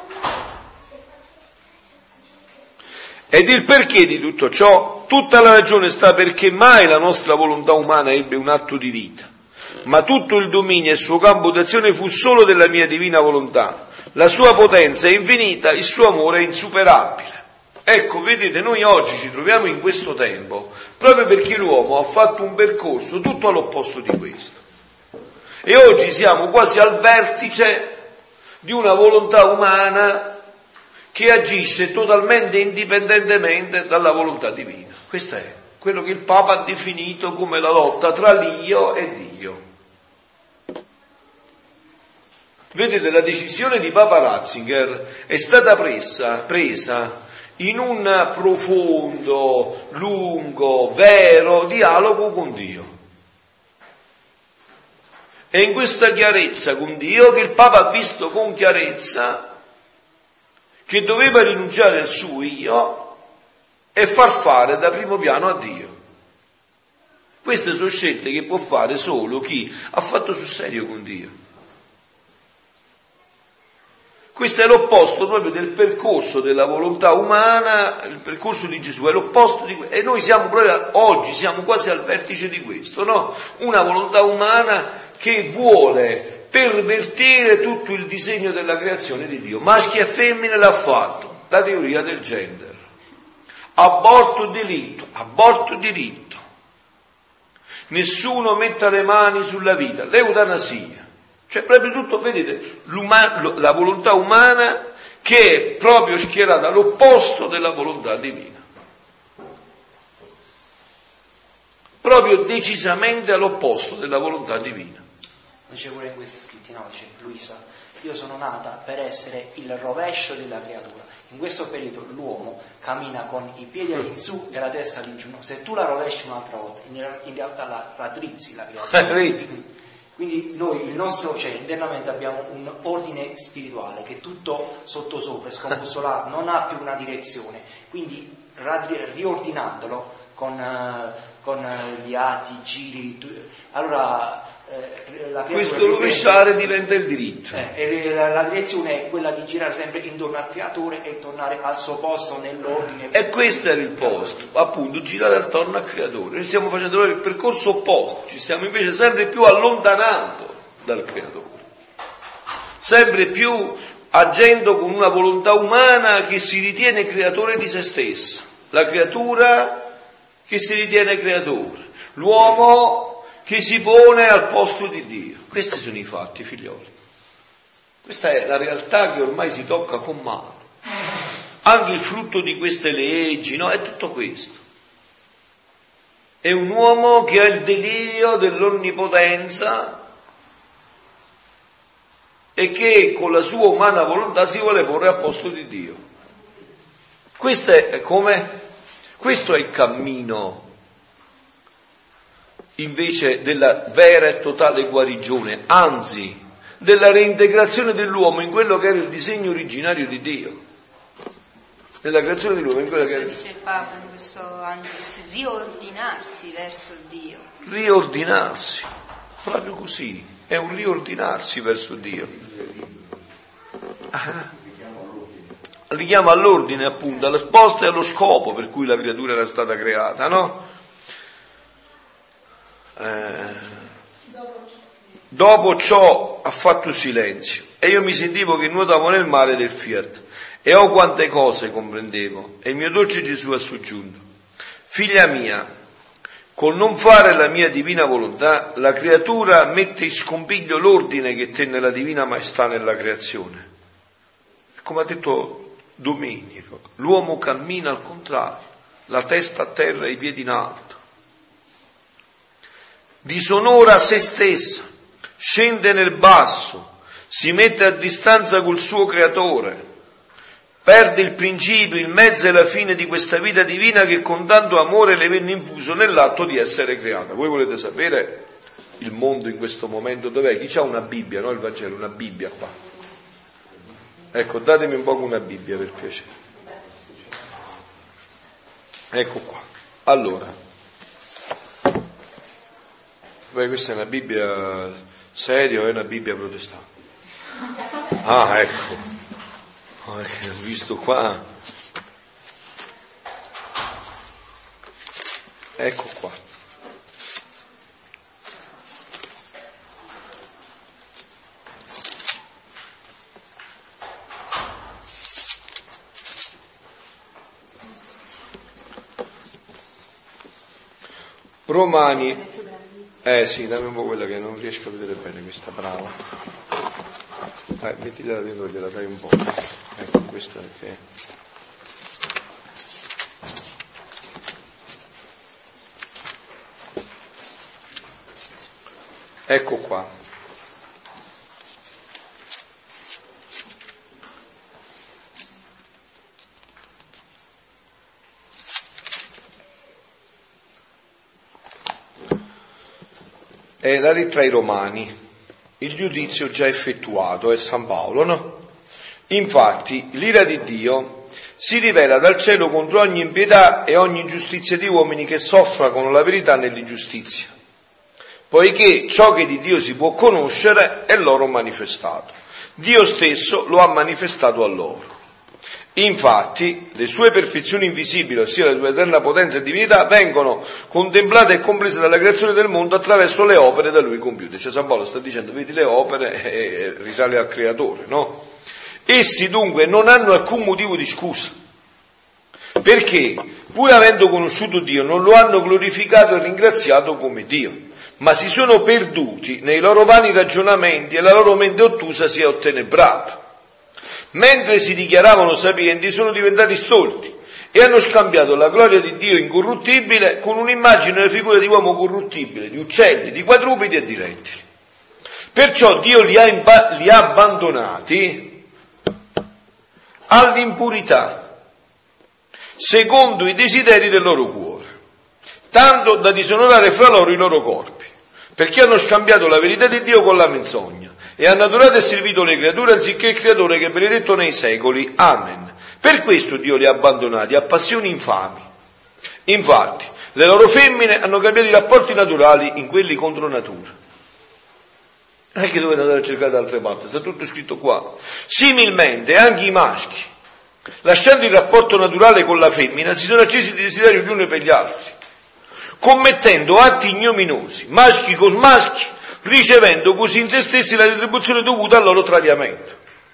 Ed il perché di tutto ciò, tutta la ragione sta perché mai la nostra volontà umana ebbe un atto di vita, ma tutto il dominio e il suo campo d'azione fu solo della mia divina volontà. La sua potenza è infinita, il suo amore è insuperabile. Ecco, vedete, noi oggi ci troviamo in questo tempo proprio perché l'uomo ha fatto un percorso tutto all'opposto di questo. E oggi siamo quasi al vertice di una volontà umana che agisce totalmente indipendentemente dalla volontà divina. Questo è quello che il Papa ha definito come la lotta tra l'io e Dio. Vedete, la decisione di Papa Ratzinger è stata presa, presa in un profondo, lungo, vero dialogo con Dio. È in questa chiarezza con Dio che il Papa ha visto con chiarezza che doveva rinunciare al suo io e far fare da primo piano a Dio. Queste sono scelte che può fare solo chi ha fatto sul serio con Dio. Questo è l'opposto proprio del percorso della volontà umana, il percorso di Gesù, è l'opposto di questo. E noi siamo proprio oggi, siamo quasi al vertice di questo, no? Una volontà umana che vuole pervertire tutto il disegno della creazione di Dio. Maschi e femmine l'ha fatto, la teoria del gender. Aborto diritto, aborto diritto. Nessuno metta le mani sulla vita, l'eutanasia. Cioè proprio tutto, vedete, la volontà umana che è proprio schierata all'opposto della volontà divina. Proprio decisamente all'opposto della volontà divina. Dice pure in questi scritti, no? Dice Luisa, io sono nata per essere il rovescio della creatura. In questo periodo l'uomo cammina con i piedi all'insù e la testa all'ingiù. Se tu la rovesci un'altra volta, in realtà la raddrizzi la creatura. Quindi noi, il nostro, cioè internamente abbiamo un ordine spirituale che è tutto sottosopra, scombussolato, non ha più una direzione. Quindi riordinandolo con, con gli atti, i giri, allora eh, la questo rovesciare diventa il diritto. Eh, la, la direzione è quella di girare sempre intorno al creatore e tornare al suo posto nell'ordine. E questo era il posto, appunto, girare attorno al creatore. Noi stiamo facendo il percorso opposto, ci stiamo invece sempre più allontanando dal creatore, sempre più agendo con una volontà umana che si ritiene creatore di se stessa, la creatura che si ritiene creatore, l'uomo che si pone al posto di Dio. Questi sono i fatti, figlioli. Questa è la realtà che ormai si tocca con mano. Anche il frutto di queste leggi, no? È tutto questo. È un uomo che ha il delirio dell'onnipotenza e che con la sua umana volontà si vuole porre al posto di Dio. Questo è come? Questo è il cammino invece della vera e totale guarigione, anzi della reintegrazione dell'uomo in quello che era il disegno originario di Dio, nella creazione dell'uomo in quello che era... dice il Papa in questo Angelus, riordinarsi verso Dio. Riordinarsi, proprio così, è un riordinarsi verso Dio. Ah, richiama all'ordine, appunto, alla sposta e allo scopo per cui la creatura era stata creata, no? Eh, dopo ciò ha fatto silenzio e io mi sentivo che nuotavo nel mare del Fiat e oh quante cose comprendevo, e il mio dolce Gesù ha soggiunto: figlia mia, col non fare la mia divina volontà la creatura mette in scompiglio l'ordine che tenne la divina maestà nella creazione. Come ha detto Domenico, l'uomo cammina al contrario, la testa a terra e i piedi in alto, disonora se stessa, scende nel basso, si mette a distanza col suo creatore, perde il principio, il mezzo e la fine di questa vita divina che con tanto amore le venne infuso nell'atto di essere creata. Voi volete sapere il mondo in questo momento dov'è? Chi c'ha una Bibbia, no? Il Vangelo, una Bibbia qua. Ecco, datemi un po' una Bibbia per piacere. Ecco qua. Allora, beh, questa è una Bibbia seria o è una Bibbia protestante? Ah, ecco. Ho visto qua. Ecco qua. Romani. Eh sì, dammi un po' quella che non riesco a vedere bene, questa, brava. Dai, mettila dentro, gliela dai un po'. Ecco, questa che... Ecco qua. È la lettera ai Romani, il giudizio già effettuato, è San Paolo, no? Infatti, l'ira di Dio si rivela dal cielo contro ogni impietà e ogni ingiustizia di uomini che soffragano la verità nell'ingiustizia, poiché ciò che di Dio si può conoscere è loro manifestato. Dio stesso lo ha manifestato a loro. Infatti, le sue perfezioni invisibili, ossia la sua eterna potenza e divinità, vengono contemplate e comprese dalla creazione del mondo attraverso le opere da lui compiute. Cioè San Paolo sta dicendo, vedi le opere, e risale al creatore, no? Essi dunque non hanno alcun motivo di scusa, perché, pur avendo conosciuto Dio, non lo hanno glorificato e ringraziato come Dio, ma si sono perduti nei loro vani ragionamenti e la loro mente ottusa si è ottenebrata. Mentre si dichiaravano sapienti, sono diventati stolti e hanno scambiato la gloria di Dio incorruttibile con un'immagine e una figura di uomo corruttibile, di uccelli, di quadrupedi e di rettili. Perciò Dio li ha, imba- li ha abbandonati all'impurità, secondo i desideri del loro cuore, tanto da disonorare fra loro i loro corpi, perché hanno scambiato la verità di Dio con la menzogna e hanno adorato e servito le creature anziché il creatore che è benedetto nei secoli. Amen. Per questo Dio li ha abbandonati a passioni infami. Infatti, le loro femmine hanno cambiato i rapporti naturali in quelli contro natura. Non è che dovete andare a cercare da altre parti, sta tutto scritto qua. Similmente, anche i maschi, lasciando il rapporto naturale con la femmina, si sono accesi di desiderio gli uni per gli altri, commettendo atti ignominiosi, maschi con maschi, ricevendo così in se stessi la retribuzione dovuta al loro tradimento.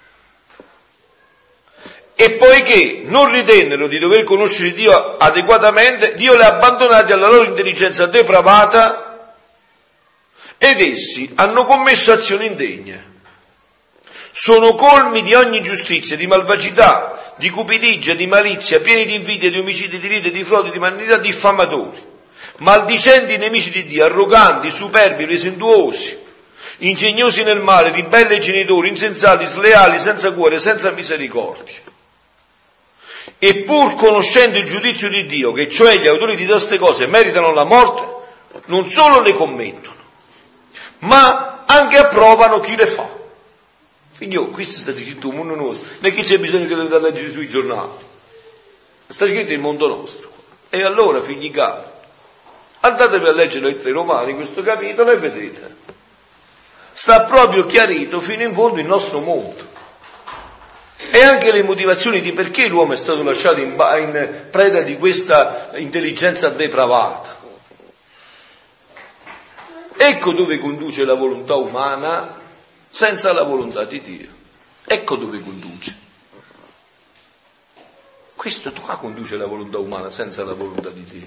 E poiché non ritennero di dover conoscere Dio adeguatamente, Dio li ha abbandonati alla loro intelligenza depravata ed essi hanno commesso azioni indegne. Sono colmi di ogni giustizia, di malvagità, di cupidigia, di malizia, pieni di invidia, di omicidi, di ride, di frodi, di malignità, diffamatori, maldicenti, nemici di Dio, arroganti, superbi, presuntuosi, ingegnosi nel male, ribelli ai genitori, insensati, sleali, senza cuore, senza misericordia. E pur conoscendo il giudizio di Dio, che cioè gli autori di queste cose meritano la morte, non solo le commettono, ma anche approvano chi le fa. Figlio, questo sta scritto un mondo nostro, non è che c'è bisogno che andate a leggere sui giornali, sta scritto il mondo nostro. E allora, figli cari, andatevi a leggere le lettere Romani, questo capitolo, e vedete, sta proprio chiarito fino in fondo il nostro mondo. E anche le motivazioni di perché l'uomo è stato lasciato in, in preda di questa intelligenza depravata. Ecco dove conduce la volontà umana senza la volontà di Dio. Ecco dove conduce. Questo qua conduce la volontà umana senza la volontà di Dio.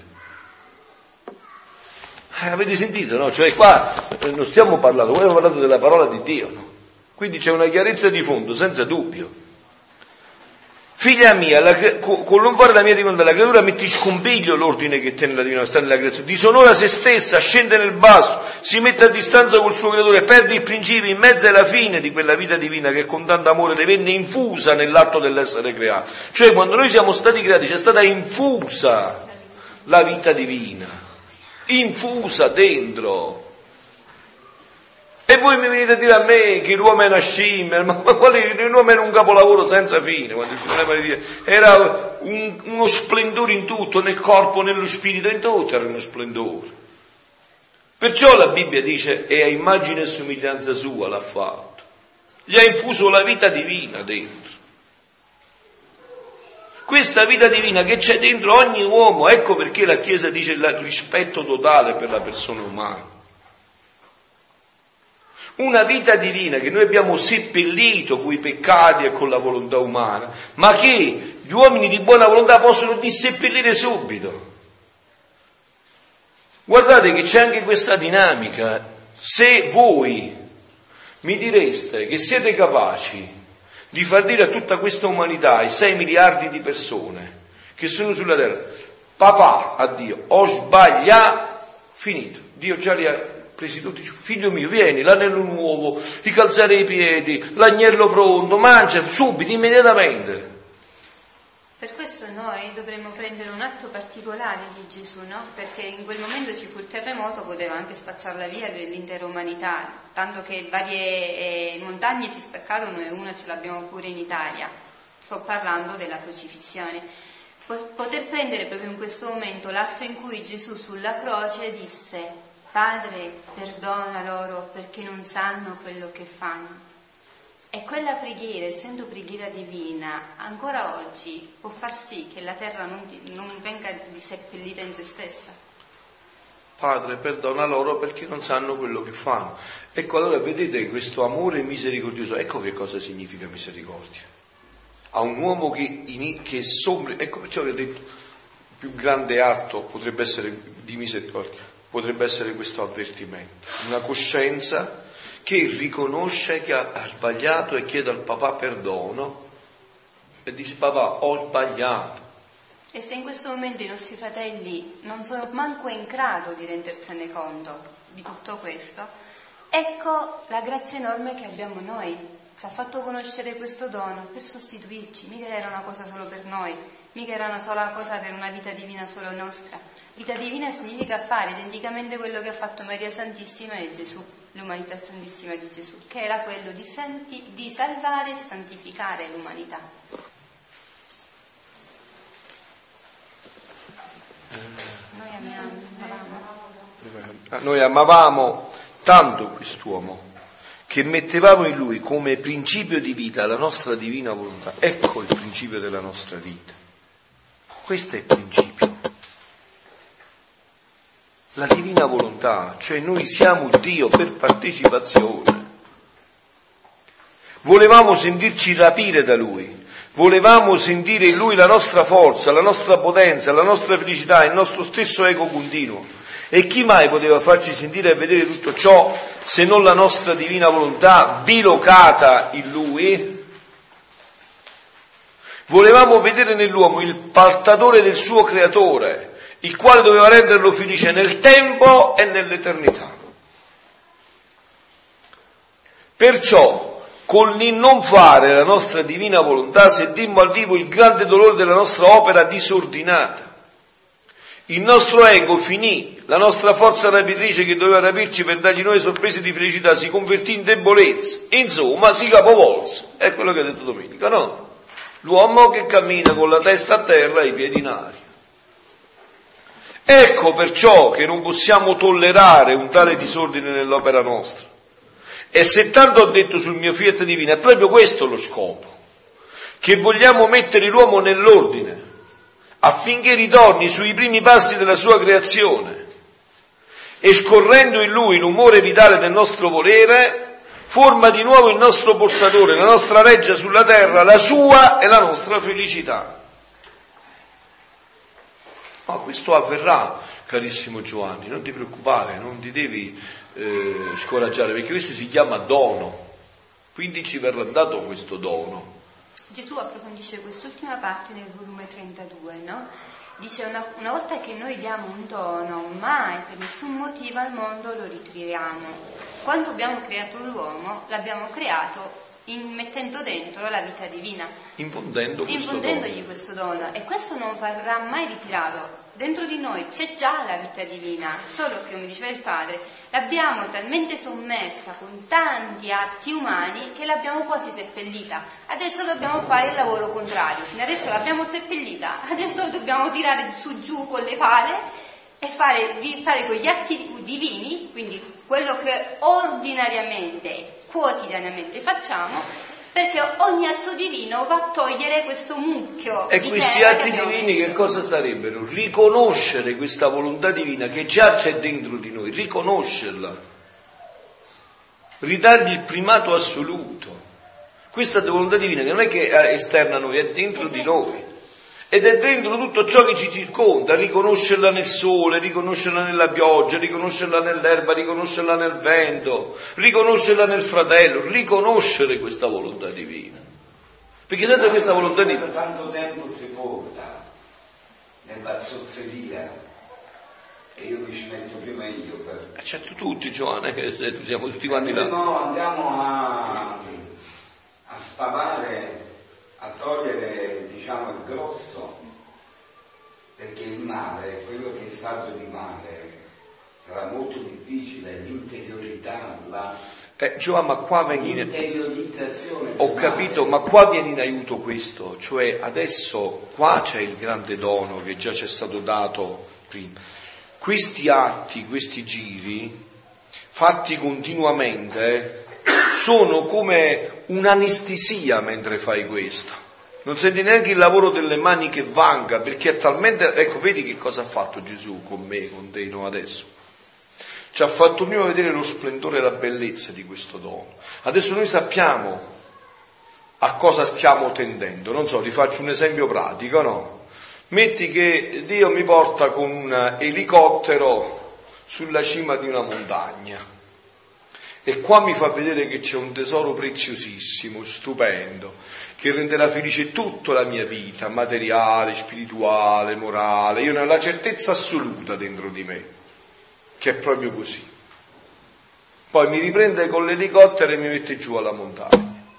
Eh, avete sentito, no? Cioè qua non stiamo parlando, stiamo parlando della parola di Dio, no? Quindi c'è una chiarezza di fondo, senza dubbio. Figlia mia, la, con non fare la mia divinità, la creatura mette in scompiglio l'ordine che tiene la divinità, sta nella creazione, disonora se stessa, scende nel basso, si mette a distanza col suo creatore, perde il principio in mezzo alla fine di quella vita divina che con tanto amore le venne infusa nell'atto dell'essere creato. Cioè quando noi siamo stati creati c'è stata infusa la vita divina, infusa dentro. E voi mi venite a dire a me che l'uomo è una scimmia, ma quale, l'uomo era un capolavoro senza fine, quando ci voleva dire, era un, uno splendore in tutto, nel corpo, nello spirito, in tutto era uno splendore. Perciò la Bibbia dice, e a immagine e somiglianza sua l'ha fatto, gli ha infuso la vita divina dentro. Questa vita divina che c'è dentro ogni uomo, ecco perché la Chiesa dice il rispetto totale per la persona umana. Una vita divina che noi abbiamo seppellito coi peccati e con la volontà umana, ma che gli uomini di buona volontà possono disseppellire subito. Guardate che c'è anche questa dinamica. Se voi mi direste che siete capaci di far dire a tutta questa umanità, ai sei miliardi di persone che sono sulla terra, papà a Dio, ho sbagliato, finito, Dio già li ha presi tutti, figlio mio, vieni, l'anello nuovo, i calzari ai piedi, l'agnello pronto, mangia subito, immediatamente. Per questo noi dovremmo prendere un atto particolare di Gesù, no? Perché in quel momento ci fu il terremoto, poteva anche spazzarla via l'intera umanità, tanto che varie eh, montagne si spaccarono e una ce l'abbiamo pure in Italia. Sto parlando della crocifissione. Poter prendere proprio in questo momento l'atto in cui Gesù sulla croce disse: Padre, perdona loro perché non sanno quello che fanno. E quella preghiera, essendo preghiera divina, ancora oggi può far sì che la terra non, non venga disseppellita in se stessa. Padre, perdona loro perché non sanno quello che fanno. Ecco, allora vedete questo amore misericordioso, ecco che cosa significa misericordia. A un uomo che, che sombra, ecco perciò vi ho detto, il più grande atto potrebbe essere di misericordia. Potrebbe essere questo avvertimento, una coscienza che riconosce che ha, ha sbagliato e chiede al papà perdono e dice: papà, ho sbagliato. E se in questo momento i nostri fratelli non sono manco in grado di rendersene conto di tutto questo, ecco la grazia enorme che abbiamo noi, ci ha fatto conoscere questo dono per sostituirci, mica era una cosa solo per noi, mica era una sola cosa per una vita divina solo nostra. Vita divina significa fare identicamente quello che ha fatto Maria Santissima e Gesù, l'umanità santissima di Gesù, che era quello di, santi, di salvare e santificare l'umanità. Noi amiamo, amavamo. Noi amavamo tanto quest'uomo che mettevamo in lui come principio di vita la nostra divina volontà. Ecco il principio della nostra vita. Questo è il principio. La divina volontà, cioè noi siamo Dio per partecipazione. Volevamo sentirci rapire da Lui, volevamo sentire in Lui la nostra forza, la nostra potenza, la nostra felicità, il nostro stesso ego continuo. E chi mai poteva farci sentire e vedere tutto ciò se non la nostra divina volontà bilocata in Lui? Volevamo vedere nell'uomo il portatore del suo creatore, il quale doveva renderlo felice nel tempo e nell'eternità. Perciò, con il non fare la nostra divina volontà, sentimmo al vivo il grande dolore della nostra opera disordinata. Il nostro ego finì, la nostra forza rapitrice che doveva rapirci per dargli nuove sorprese di felicità si convertì in debolezza, insomma si capovolse. È quello che ha detto Domenica, no? L'uomo che cammina con la testa a terra e i piedi in aria. Ecco perciò che non possiamo tollerare un tale disordine nell'opera nostra. E se tanto ho detto sul mio fiat divino, è proprio questo lo scopo, che vogliamo mettere l'uomo nell'ordine, affinché ritorni sui primi passi della sua creazione e scorrendo in lui l'umore vitale del nostro volere, forma di nuovo il nostro portatore, la nostra reggia sulla terra, la sua e la nostra felicità. Ma questo avverrà, carissimo Giovanni, non ti preoccupare, non ti devi eh, scoraggiare, perché questo si chiama dono, quindi ci verrà dato questo dono. Gesù approfondisce quest'ultima parte nel volume trentadue, no? Dice una, una volta che noi diamo un dono, mai per nessun motivo al mondo lo ritiriamo. Quando abbiamo creato l'uomo, l'abbiamo creato in, mettendo dentro la vita divina, infondendo questo infondendogli dono. questo dono, e questo non verrà mai ritirato. Dentro di noi c'è già la vita divina, solo che, come diceva il padre, l'abbiamo talmente sommersa con tanti atti umani che l'abbiamo quasi seppellita. Adesso dobbiamo fare il lavoro contrario. Fino adesso l'abbiamo seppellita, adesso dobbiamo tirare su giù con le pale e fare, fare quegli atti divini, quindi quello che ordinariamente, quotidianamente facciamo, perché ogni atto divino va a togliere questo mucchio. E di questi atti divini che cosa sarebbero? Riconoscere questa volontà divina che già c'è dentro di noi, riconoscerla, ridargli il primato assoluto. Questa volontà divina che non è che è esterna a noi, è dentro di noi. Ed è dentro tutto ciò che ci circonda, riconoscerla nel sole, riconoscerla nella pioggia, riconoscerla nell'erba, riconoscerla nel vento, riconoscerla nel fratello, riconoscere questa volontà divina. Perché senza questa volontà divina... Tanto tempo si porta nella zozzeria e io mi ci metto prima io per... Certo, tutti, Giovanni, che siamo tutti quanti là. No, andiamo a, a spavare, a togliere, diciamo, il grosso, perché il male, quello che è stato di male, sarà molto difficile, l'interiorità, la eh, Giovanni, ma qua vieni in... interiorizzazione. Ho capito, male. Ma qua viene in aiuto questo, cioè adesso qua c'è il grande dono che già ci è stato dato prima. Questi atti, questi giri, fatti continuamente, sono come un'anestesia mentre fai questo. Non senti neanche il lavoro delle mani che vanga, perché è talmente... Ecco, vedi che cosa ha fatto Gesù con me, con te, no, adesso. Ci ha fatto prima vedere lo splendore e la bellezza di questo dono. Adesso noi sappiamo a cosa stiamo tendendo. Non so, ti faccio un esempio pratico, no? Metti che Dio mi porta con un elicottero sulla cima di una montagna e qua mi fa vedere che c'è un tesoro preziosissimo, stupendo, che renderà felice tutta la mia vita, materiale, spirituale, morale. Io ne ho la certezza assoluta dentro di me che è proprio così. Poi mi riprende con l'elicottero e mi mette giù alla montagna.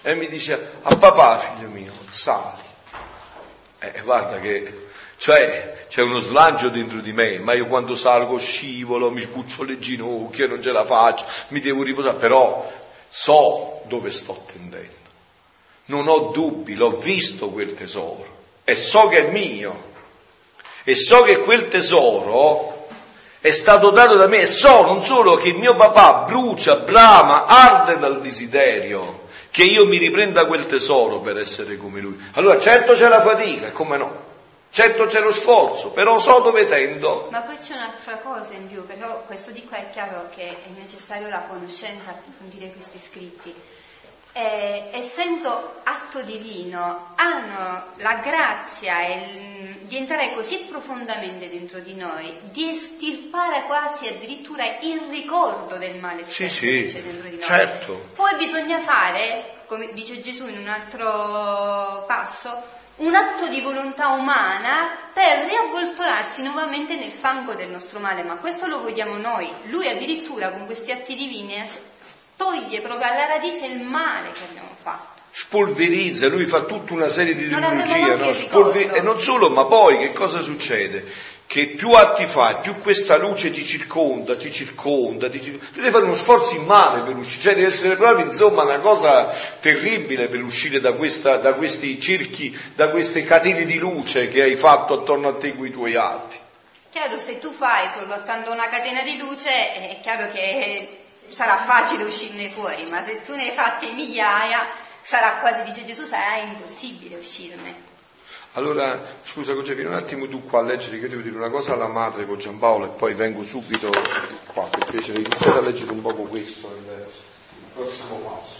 e mi dice: a papà, figlio mio, sali. E eh, guarda che, cioè, c'è uno slancio dentro di me, ma io quando salgo scivolo, mi sbuccio le ginocchia, non ce la faccio, mi devo riposare, però so dove sto tendendo. Non ho dubbi, l'ho visto quel tesoro e so che è mio. E so che quel tesoro è stato dato da me, e so non solo che mio papà brucia, brama, arde dal desiderio che io mi riprenda quel tesoro per essere come lui. Allora certo c'è la fatica, come no? Certo c'è lo sforzo, però so dove tendo. Ma poi c'è un'altra cosa in più, però questo di qua è chiaro che è necessario la conoscenza per approfondire questi scritti. Eh, essendo atto divino, hanno la grazia e, di entrare così profondamente dentro di noi, di estirpare quasi addirittura il ricordo del male stesso sì, che sì, c'è dentro di noi. Certo. Poi bisogna fare, come dice Gesù in un altro passo, un atto di volontà umana per riavvoltonarsi nuovamente nel fango del nostro male, ma questo lo vogliamo noi. Lui addirittura con questi atti divini toglie proprio alla radice il male che abbiamo fatto. Spolverizza, lui fa tutta una serie di Non teologia, no? Spolver- e non solo, ma poi che cosa succede? Che più atti fai, più questa luce ti circonda, ti circonda, ti circonda. Tu devi fare uno sforzo immane per uscire, cioè devi essere proprio, insomma, una cosa terribile per uscire da, questa, da questi cerchi, da queste catene di luce che hai fatto attorno a te con i tuoi atti. Chiaro, se tu fai soltanto una catena di luce, è chiaro che sarà facile uscirne fuori, ma se tu ne hai fatte migliaia, sarà quasi, dice Gesù, sarà impossibile uscirne. Allora, scusa Croce, vieni un attimo tu qua a leggere, che io devo dire una cosa alla madre con Giampaolo e poi vengo subito qua, per piacere, iniziate a leggere un poco questo, il, il prossimo passo.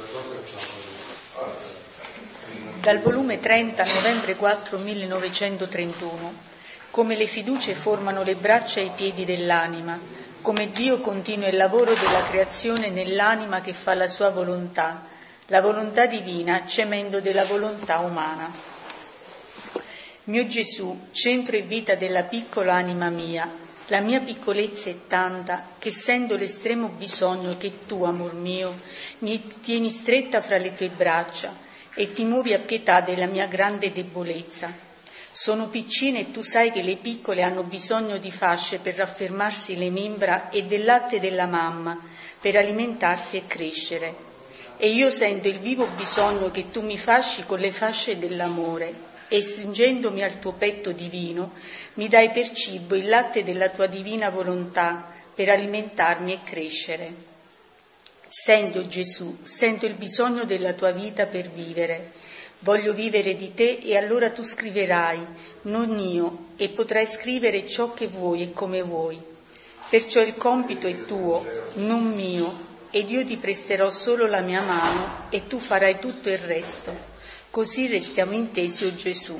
Dal volume trenta, novembre quattro millenovecentotrentuno. Come le fiducie formano le braccia e i piedi dell'anima, come Dio continua il lavoro della creazione nell'anima che fa la sua volontà, la volontà divina cemento della volontà umana. Mio Gesù, centro e vita della piccola anima mia, la mia piccolezza è tanta che essendo l'estremo bisogno che tu, amor mio, mi tieni stretta fra le tue braccia e ti muovi a pietà della mia grande debolezza. Sono piccine e tu sai che le piccole hanno bisogno di fasce per raffermarsi le membra e del latte della mamma per alimentarsi e crescere. E io sento il vivo bisogno che tu mi fasci con le fasce dell'amore e stringendomi al tuo petto divino mi dai per cibo il latte della tua divina volontà per alimentarmi e crescere. Sento, Gesù, sento il bisogno della tua vita per vivere. Voglio vivere di te e allora tu scriverai, non io, e potrai scrivere ciò che vuoi e come vuoi. Perciò il compito è tuo, non mio, ed io ti presterò solo la mia mano e tu farai tutto il resto. Così restiamo intesi, o Gesù.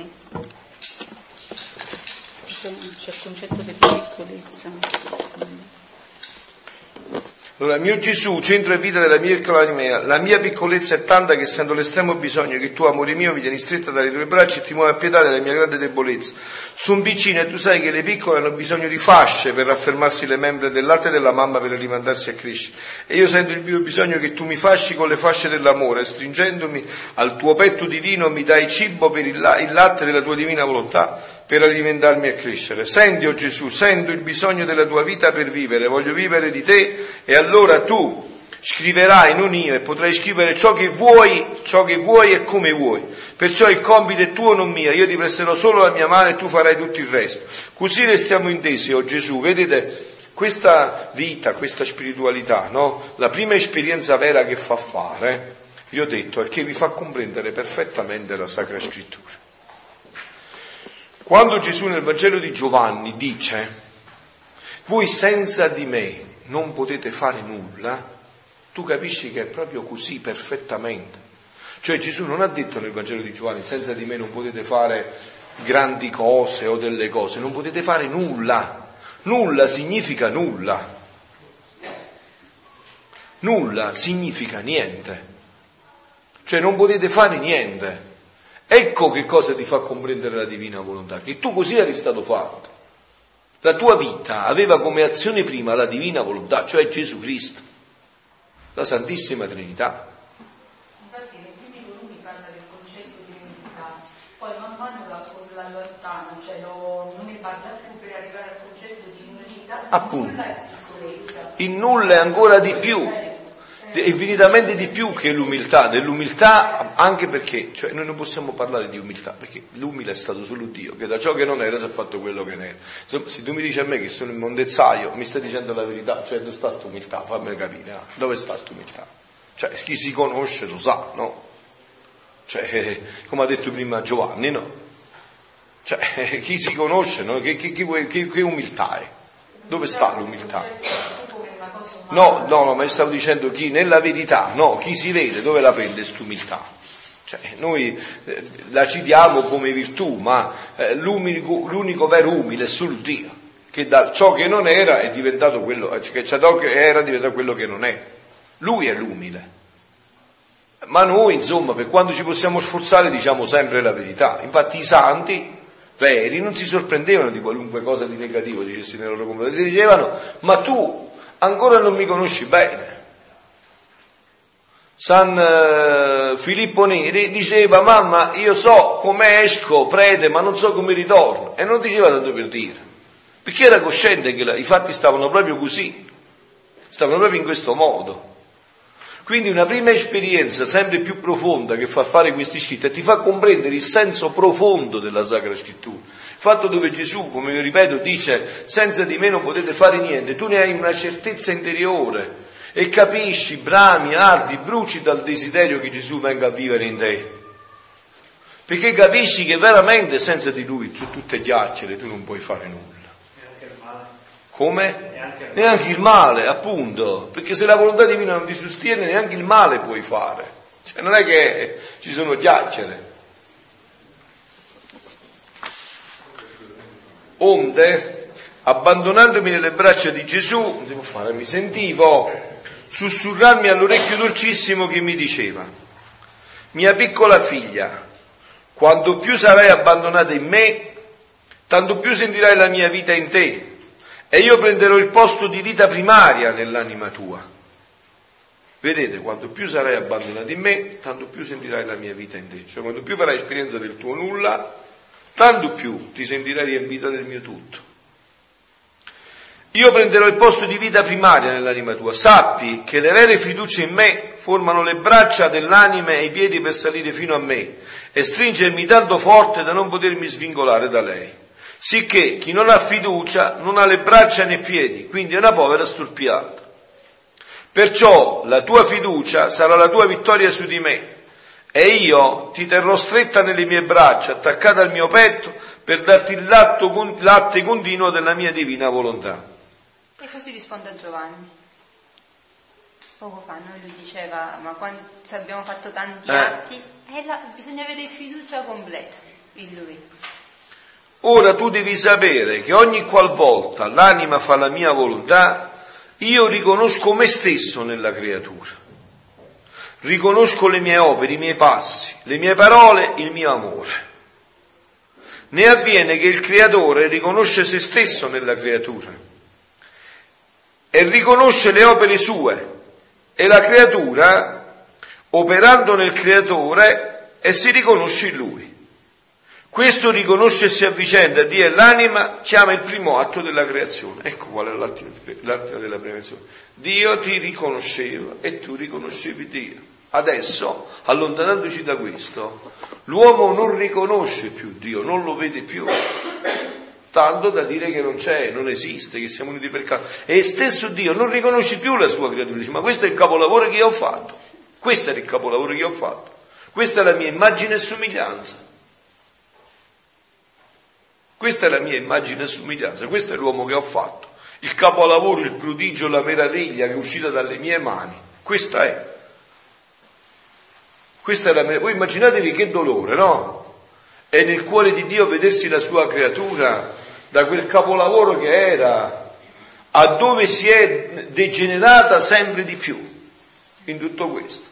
C'è il concetto di piccolezza. Allora, mio Gesù, centro e vita della mia piccola anima, la mia piccolezza è tanta che sento l'estremo bisogno che tu, amore mio, mi tieni stretta dalle tue braccia e ti muovi a pietà della mia grande debolezza. Sono piccine e tu sai che le piccole hanno bisogno di fasce per raffermarsi le membra del latte della mamma per alimentarsi e crescere. E io sento il mio bisogno che tu mi fasci con le fasce dell'amore, stringendomi al tuo petto divino mi dai cibo per il, la- il latte della tua divina volontà per alimentarmi e crescere. Senti, o Gesù, sento il bisogno della tua vita per vivere, voglio vivere di te e allora tu scriverai, non io, e potrai scrivere ciò che vuoi, ciò che vuoi e come vuoi. Perciò il compito è tuo, non mio, io ti presterò solo la mia mano e tu farai tutto il resto. Così restiamo intesi, o Gesù. Vedete, questa vita, questa spiritualità, no? La prima esperienza vera che fa fare, vi ho detto, è che vi fa comprendere perfettamente la Sacra Scrittura. Quando Gesù nel Vangelo di Giovanni dice voi senza di me non potete fare nulla, tu capisci che è proprio così perfettamente. Cioè Gesù non ha detto nel Vangelo di Giovanni senza di me non potete fare grandi cose o delle cose, non potete fare nulla. Nulla significa nulla. Nulla significa niente. Cioè non potete fare niente. Ecco che cosa ti fa comprendere la divina volontà, che tu così eri stato fatto. La tua vita aveva come azione prima la divina volontà, cioè Gesù Cristo, la Santissima Trinità. Infatti appunto, il nulla è ancora di più, infinitamente di più che l'umiltà, dell'umiltà anche perché, cioè noi non possiamo parlare di umiltà, perché l'umile è stato solo Dio, che da ciò che non era si è fatto quello che ne era. Insomma, se tu mi dici a me che sono il mondezzaio, mi stai dicendo la verità, cioè dove sta questa umiltà? Fammi capire, no? Dove sta questa umiltà? Cioè chi si conosce lo sa, no? Cioè, come ha detto prima Giovanni, no? Cioè, chi si conosce, no? Che, che, che, che, che umiltà è? Dove sta l'umiltà? No, no, no, ma io stavo dicendo chi nella verità, no, chi si vede, dove la prende quest'umiltà? Cioè, noi eh, la citiamo come virtù, ma eh, l'unico, l'unico vero umile è solo Dio, che da ciò che non era è diventato quello, che ciò che era diventato quello che non è. Lui è l'umile. Ma noi, insomma, per quanto ci possiamo sforzare, diciamo sempre la verità. Infatti i santi veri non si sorprendevano di qualunque cosa di negativo dicessi nei loro confronti, dicevano, ma tu ancora non mi conosci bene. San uh, Filippo Neri diceva, mamma, io so come esco, prete, ma non so come ritorno. E non diceva tanto per dire, perché era cosciente che la, i fatti stavano proprio così, stavano proprio in questo modo. Quindi una prima esperienza sempre più profonda che fa fare questi scritti e ti fa comprendere il senso profondo della Sacra Scrittura. Il fatto dove Gesù, come vi ripeto, dice senza di me non potete fare niente, tu ne hai una certezza interiore e capisci, brami, ardi, bruci dal desiderio che Gesù venga a vivere in te. Perché capisci che veramente senza di Lui tu tutte chiacchiere, tu non puoi fare nulla. Come? Neanche, neanche il male, appunto, perché se la volontà divina non ti sostiene, neanche il male puoi fare. Cioè non è che ci sono chiacchiere. Onde, abbandonandomi nelle braccia di Gesù, non si può fare, mi sentivo sussurrarmi all'orecchio dolcissimo che mi diceva, mia piccola figlia, quanto più sarai abbandonata in me, tanto più sentirai la mia vita in te. E io prenderò il posto di vita primaria nell'anima tua. Vedete, quanto più sarai abbandonato in me, tanto più sentirai la mia vita in te. Cioè, quanto più farai esperienza del tuo nulla, tanto più ti sentirai riempita del mio tutto. Io prenderò il posto di vita primaria nell'anima tua. Sappi che le vere fiducie in me formano le braccia dell'anima e i piedi per salire fino a me e stringermi tanto forte da non potermi svincolare da lei. Sicché chi non ha fiducia non ha le braccia né piedi, quindi è una povera storpiata. Perciò la tua fiducia sarà la tua vittoria su di me, e io ti terrò stretta nelle mie braccia, attaccata al mio petto, per darti il latto, latte continuo della mia divina volontà. E così risponde a Giovanni. Poco fa no? Lui diceva, ma quando abbiamo fatto tanti eh. atti, eh, la, bisogna avere fiducia completa in Lui. Ora tu devi sapere che ogni qualvolta l'anima fa la mia volontà, io riconosco me stesso nella creatura. Riconosco le mie opere, i miei passi, le mie parole, il mio amore. Ne avviene che il creatore riconosce se stesso nella creatura e riconosce le opere sue, e la creatura, operando nel creatore, e si riconosce in lui. Questo riconoscersi a vicenda Dio e l'anima chiama il primo atto della creazione. Ecco qual è l'atto della prevenzione. Dio ti riconosceva e tu riconoscevi Dio. Adesso, allontanandoci da questo, l'uomo non riconosce più Dio, non lo vede più, tanto da dire che non c'è, non esiste, che siamo uniti per caso. E stesso Dio non riconosce più la sua creatura, dice, ma questo è il capolavoro che io ho fatto, questo è il capolavoro che io ho fatto, questa è la mia immagine e somiglianza. Questa è la mia immagine e somiglianza, questo è l'uomo che ho fatto, il capolavoro, il prodigio, la meraviglia che è uscita dalle mie mani, questa è. Questa è la meraviglia. Voi immaginatevi che dolore, no? È nel cuore di Dio vedersi la sua creatura da quel capolavoro che era, a dove si è degenerata sempre di più, in tutto questo.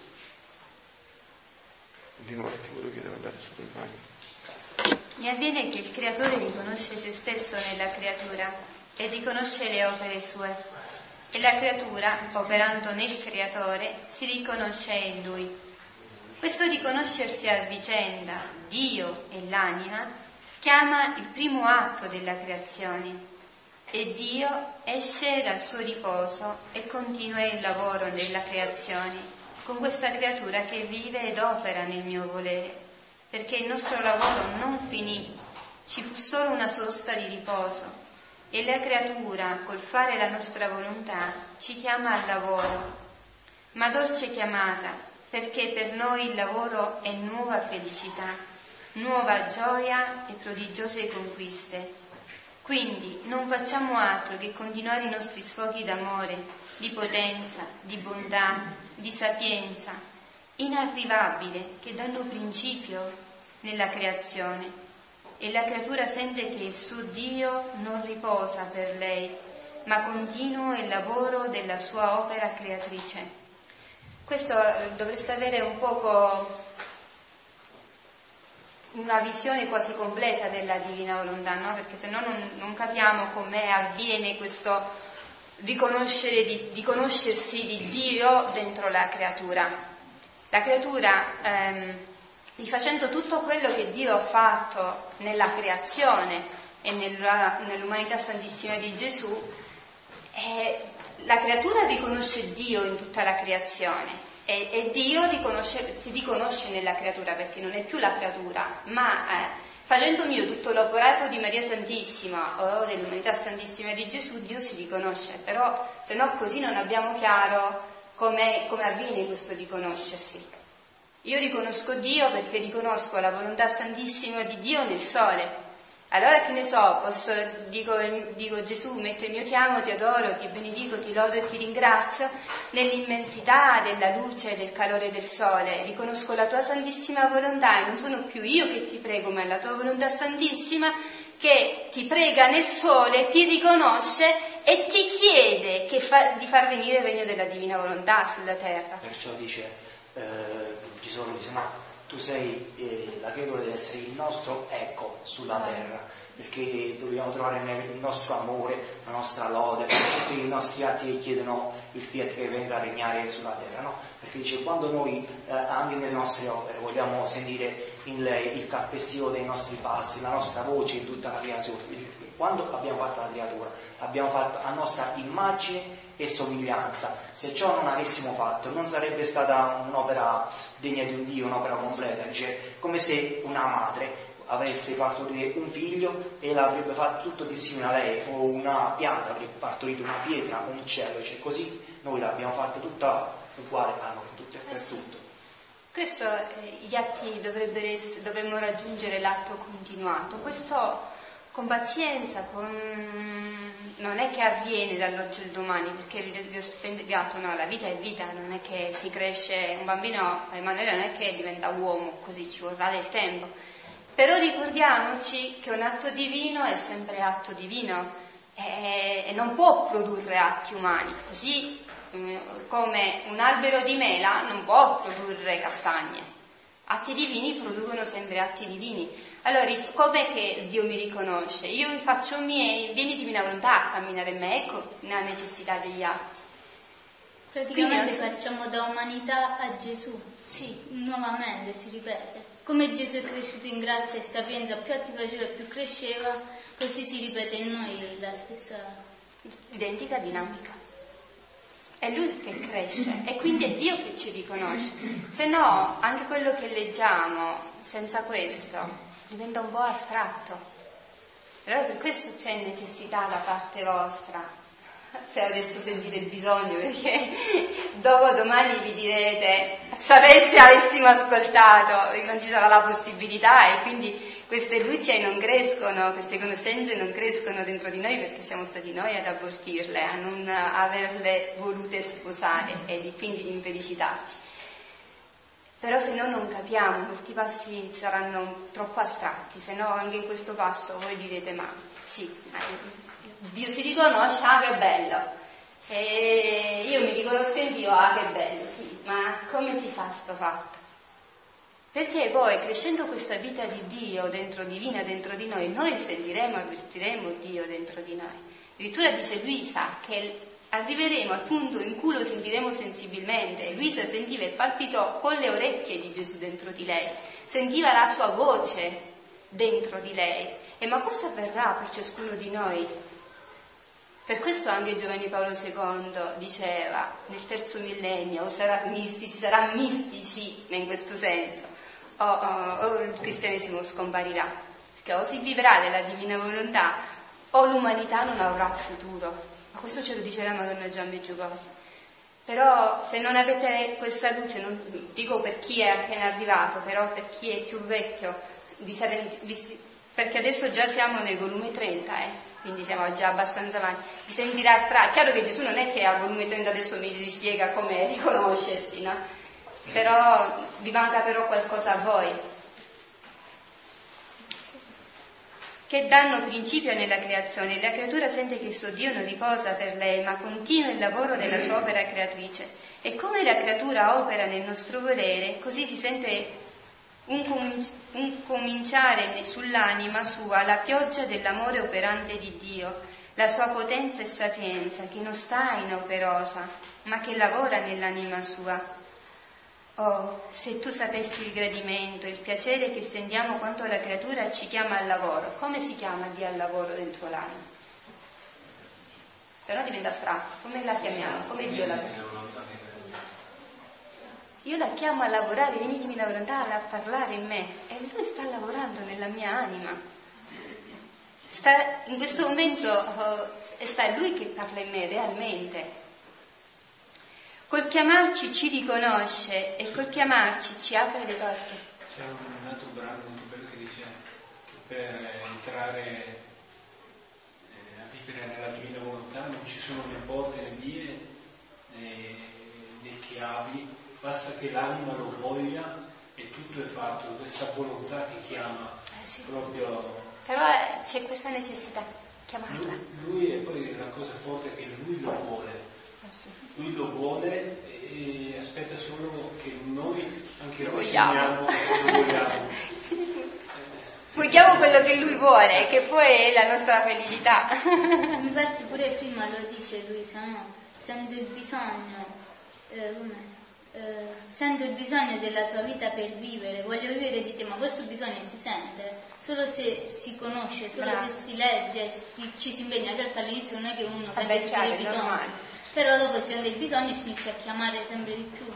Di nuovo ti volevo chiedere andare su quel bagno. Mi avviene che il creatore riconosce se stesso nella creatura e riconosce le opere sue, e la creatura, operando nel creatore, si riconosce in lui. Questo riconoscersi a vicenda, Dio e l'anima, chiama il primo atto della creazione. E Dio esce dal suo riposo e continua il lavoro nella creazione, con questa creatura che vive ed opera nel mio volere, perché il nostro lavoro non finì, ci fu solo una sosta di riposo, e la creatura, col fare la nostra volontà, ci chiama al lavoro. Ma dolce chiamata, perché per noi il lavoro è nuova felicità, nuova gioia e prodigiose conquiste. Quindi non facciamo altro che continuare i nostri sfoghi d'amore, di potenza, di bontà, di sapienza, inarrivabile, che danno principio nella creazione. E la creatura sente che il suo Dio non riposa per lei, ma continua il lavoro della sua opera creatrice. Questo dovreste avere un poco una visione quasi completa della divina volontà, no? Perché se no non, non capiamo come avviene questo riconoscere di, di conoscersi di Dio dentro la creatura. La creatura, ehm, rifacendo tutto quello che Dio ha fatto nella creazione e nella, nell'umanità santissima di Gesù, eh, la creatura riconosce Dio in tutta la creazione. E, e Dio riconosce, si riconosce nella creatura, perché non è più la creatura, ma eh, facendo mio tutto l'operato di Maria Santissima o dell'umanità santissima di Gesù, Dio si riconosce. Però se no così non abbiamo chiaro come avviene questo riconoscersi. Io riconosco Dio perché riconosco la volontà santissima di Dio nel sole. Allora che ne so, posso, dico, dico Gesù, metto il mio ti amo, ti adoro, ti benedico, ti lodo e ti ringrazio nell'immensità della luce e del calore del sole. Riconosco la tua santissima volontà e non sono più io che ti prego, ma è la tua volontà santissima che ti prega nel sole, ti riconosce e ti chiede che fa, di far venire il regno della divina volontà sulla terra. Perciò dice eh, Gesù dice no, tu sei, eh, la creatura deve essere il nostro eco sulla terra, perché dobbiamo trovare il nostro amore, la nostra lode, tutti i nostri atti che chiedono il fiat che venga a regnare sulla terra, no? Perché dice quando noi eh, anche nelle nostre opere vogliamo sentire in lei il calpestio dei nostri passi, la nostra voce in tutta la creazione, quando abbiamo fatto la creatura l'abbiamo fatta a nostra immagine e somiglianza. Se ciò non avessimo fatto non sarebbe stata un'opera degna di un Dio, un'opera completa, cioè, come se una madre avesse partorito un figlio e l'avrebbe fatto tutto di simile a lei, o una pianta avrebbe partorito una pietra, un uccello, cioè così noi l'abbiamo fatta tutta uguale a noi, tutto e per tutto. Questo, eh, gli atti dovrebbero essere, dovremmo raggiungere l'atto continuato. Questo con pazienza, con... non è che avviene dall'oggi al domani, perché vi ho spiegato, no, la vita è vita, non è che si cresce, un bambino, Emanuele, non è che diventa uomo, così ci vorrà del tempo. Però ricordiamoci che un atto divino è sempre atto divino e, e non può produrre atti umani, così come un albero di mela non può produrre castagne. Atti divini producono sempre atti divini. Allora, com'è che Dio mi riconosce? Io mi faccio miei, vieni divina volontà a camminare in me, ecco la necessità degli atti. Praticamente so... facciamo da umanità a Gesù. Sì. Nuovamente si ripete. Come Gesù è cresciuto in grazia e sapienza, più atti faceva e più cresceva, così si ripete in noi la stessa identica dinamica. È Lui che cresce e quindi è Dio che ci riconosce. Se no, anche quello che leggiamo senza questo diventa un po' astratto. Allora per questo c'è necessità da parte vostra, se adesso sentite il bisogno, perché dopo domani vi direte sapessi avessimo ascoltato, non ci sarà la possibilità e quindi queste luci non crescono, queste conoscenze non crescono dentro di noi perché siamo stati noi ad abortirle, a non averle volute sposare e di, quindi di infelicitarci. Però se no non capiamo, molti passi saranno troppo astratti, se no anche in questo passo voi direte ma sì, Dio si riconosce, ah che bello, e io mi riconosco in Dio, ah che bello, sì, ma come si fa sto fatto? Perché poi crescendo questa vita di Dio dentro divina dentro di noi, noi sentiremo, avvertiremo Dio dentro di noi. Addirittura dice Luisa che arriveremo al punto in cui lo sentiremo sensibilmente. Luisa sentiva e palpitò con le orecchie di Gesù dentro di lei, sentiva la sua voce dentro di lei. E ma questo avverrà per ciascuno di noi Per questo anche Giovanni Paolo secondo diceva nel terzo millennio o sarà mistici, sarà mistici in questo senso, o, o, o il cristianesimo scomparirà, perché o si vivrà della divina volontà o l'umanità non avrà futuro. Ma questo ce lo dice la Madonna Gian Meggiugorio. Però se non avete questa luce, non dico per chi è appena arrivato, però per chi è più vecchio, vi sarete, vi, perché adesso già siamo nel volume trenta, eh, quindi siamo già abbastanza avanti, vi sentirà strano. Chiaro che Gesù non è che al volume trenta adesso mi spiega come riconoscersi, no? Però vi manca però qualcosa a voi. Che danno principio nella creazione. La creatura sente che il suo Dio non riposa per lei, ma continua il lavoro della sua opera creatrice. E come la creatura opera nel nostro volere, così si sente un, cominci- un cominciare sull'anima sua la pioggia dell'amore operante di Dio, la sua potenza e sapienza, che non sta inoperosa, ma che lavora nell'anima sua. Oh, se tu sapessi il gradimento, il piacere che stendiamo quanto la creatura ci chiama al lavoro. Come si chiama Dio al lavoro dentro l'anima? Se no diventa astratto. Come la chiamiamo? Come Dio la chiama? Io la chiamo a lavorare, vieni dimmi la volontà a parlare in me, e lui sta lavorando nella mia anima. Sta, in questo momento oh, sta lui che parla in me realmente. Col chiamarci ci riconosce e col chiamarci ci apre le porte. C'è un altro brano molto bello che dice che per entrare eh, a vivere nella divina volontà non ci sono né porte né vie né, né chiavi, basta che l'anima lo voglia e tutto è fatto. Questa volontà che chiama eh sì. proprio. Però eh, c'è questa necessità, chiamarla. Lui, lui e poi la cosa forte è che lui lo vuole. Eh sì. Lui lo vuole e aspetta solo che noi, anche lo noi, vogliamo. Segniamo, lo vogliamo. Vogliamo quello che lui vuole, che poi è la nostra felicità. Infatti pure prima lo dice Luisa, no? Sento il bisogno, eh, eh, sento il bisogno della tua vita per vivere, voglio vivere di te, ma questo bisogno si sente solo se si conosce, solo Bravo. se si legge, si, ci si impegna. Certo all'inizio non è che uno sente il bisogno. Normale. Però dopo si sente il bisogno e si inizia a chiamare sempre di più.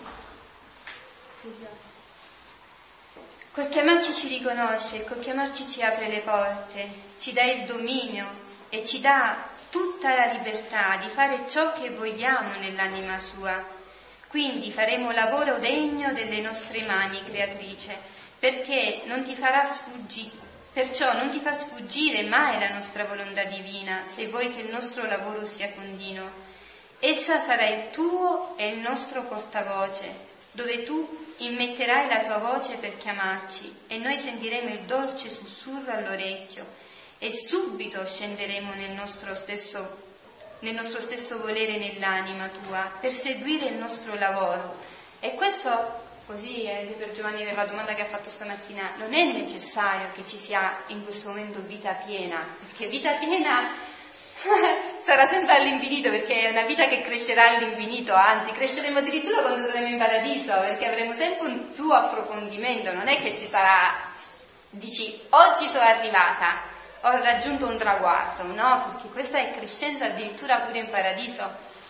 Col chiamarci ci riconosce, col chiamarci ci apre le porte, ci dà il dominio e ci dà tutta la libertà di fare ciò che vogliamo nell'anima sua. Quindi faremo lavoro degno delle nostre mani creatrice, perché non ti farà sfuggire, perciò non ti fa sfuggire mai la nostra volontà divina, se vuoi che il nostro lavoro sia continuo. Essa sarà il tuo e il nostro portavoce, dove tu immetterai la tua voce per chiamarci e noi sentiremo il dolce sussurro all'orecchio e subito scenderemo nel nostro stesso, nel nostro stesso volere nell'anima tua per seguire il nostro lavoro. E questo, così anche per Giovanni, per la domanda che ha fatto stamattina, non è necessario che ci sia in questo momento vita piena, perché vita piena sarà sempre all'infinito, perché è una vita che crescerà all'infinito, anzi cresceremo addirittura quando saremo in paradiso, perché avremo sempre un più approfondimento. Non è che ci sarà, dici oggi sono arrivata, ho raggiunto un traguardo, no, perché questa è crescenza addirittura pure in paradiso,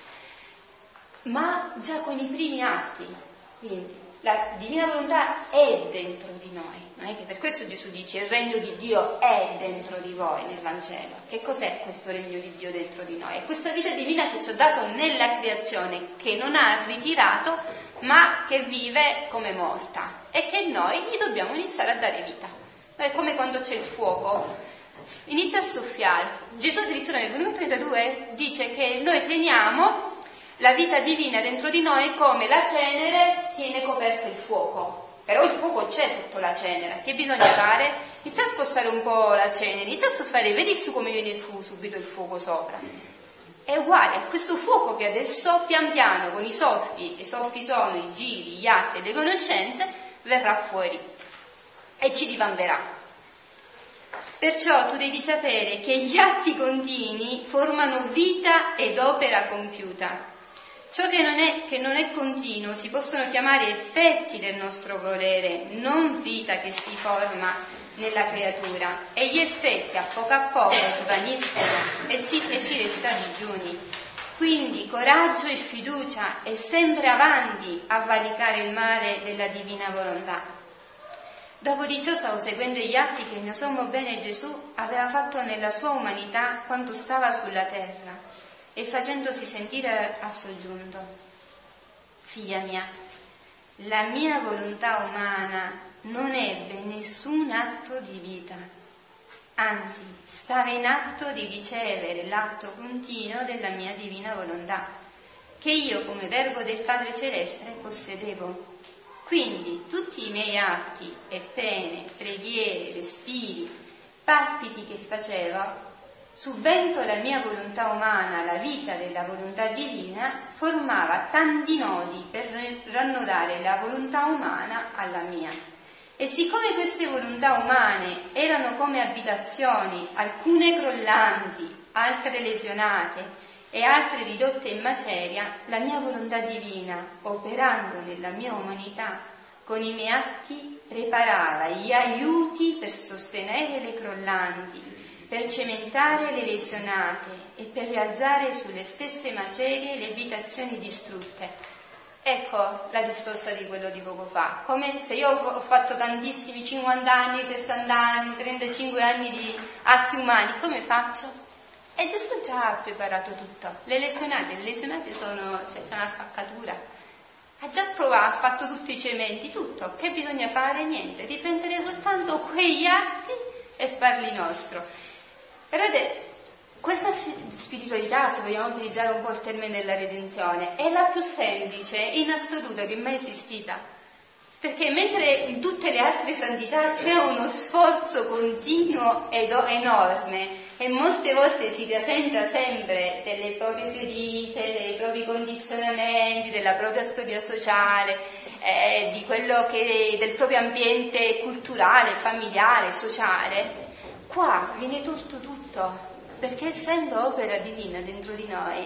ma già con i primi atti. Quindi la divina volontà è dentro di noi. Non è che per questo Gesù dice il regno di Dio è dentro di voi nel Vangelo. Che cos'è questo regno di Dio dentro di noi? È questa vita divina che ci ha dato nella creazione, che non ha ritirato, ma che vive come morta e che noi gli dobbiamo iniziare a dare vita. È come quando c'è il fuoco, inizia a soffiare. Gesù addirittura nel volume trentadue dice che noi teniamo la vita divina dentro di noi come la cenere tiene coperto il fuoco. Però il fuoco c'è sotto la cenere. Che bisogna fare? Inizia a spostare un po' la cenere, inizia a soffiare, vedi su come viene fu, subito il fuoco sopra. È uguale a questo fuoco che adesso pian piano con i soffi, i soffi sono i giri, gli atti e le conoscenze, verrà fuori e ci divamperà. Perciò tu devi sapere che gli atti continui formano vita ed opera compiuta. Ciò che non è, che non è continuo si possono chiamare effetti del nostro volere, non vita che si forma nella creatura e gli effetti a poco a poco svaniscono e si, e si resta digiuni. Quindi coraggio e fiducia e sempre avanti a valicare il mare della divina volontà. Dopo di ciò stavo seguendo gli atti che il mio sommo bene Gesù aveva fatto nella sua umanità quando stava sulla terra e facendosi sentire ha soggiunto: figlia mia, la mia volontà umana non ebbe nessun atto di vita, anzi stava in atto di ricevere l'atto continuo della mia divina volontà, che io come verbo del Padre Celeste possedevo. Quindi tutti i miei atti e pene, preghiere, respiri, palpiti che facevo, subendo la mia volontà umana la vita della volontà divina, formava tanti nodi per rannodare la volontà umana alla mia. E siccome queste volontà umane erano come abitazioni, alcune crollanti, altre lesionate e altre ridotte in maceria, la mia volontà divina, operando nella mia umanità con i miei atti, preparava gli aiuti per sostenere le crollanti, per cementare le lesionate e per rialzare sulle stesse macerie le abitazioni distrutte. Ecco la risposta di quello di poco fa. Come se io ho fatto tantissimi cinquanta anni, sessanta anni, trentacinque anni di atti umani, come faccio? E Gesù già ha preparato tutto. Le lesionate, le lesionate sono, cioè c'è una spaccatura. Ha già provato, ha fatto tutti i cementi, tutto. Che bisogna fare? Niente, riprendere soltanto quegli atti e farli nostro. Vedete, questa spiritualità, se vogliamo utilizzare un po' il termine della redenzione, è la più semplice in assoluto che mai esistita, perché mentre in tutte le altre santità c'è uno sforzo continuo ed enorme e molte volte si rasenta sempre delle proprie ferite, dei propri condizionamenti, della propria storia sociale, eh, di quello che, del proprio ambiente culturale, familiare, sociale, qua viene tolto tutto. Perché essendo opera divina dentro di noi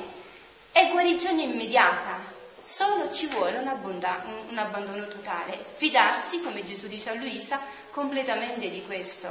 è guarigione immediata, solo ci vuole un, abbonda- un abbandono totale, fidarsi, come Gesù dice a Luisa, completamente di questo.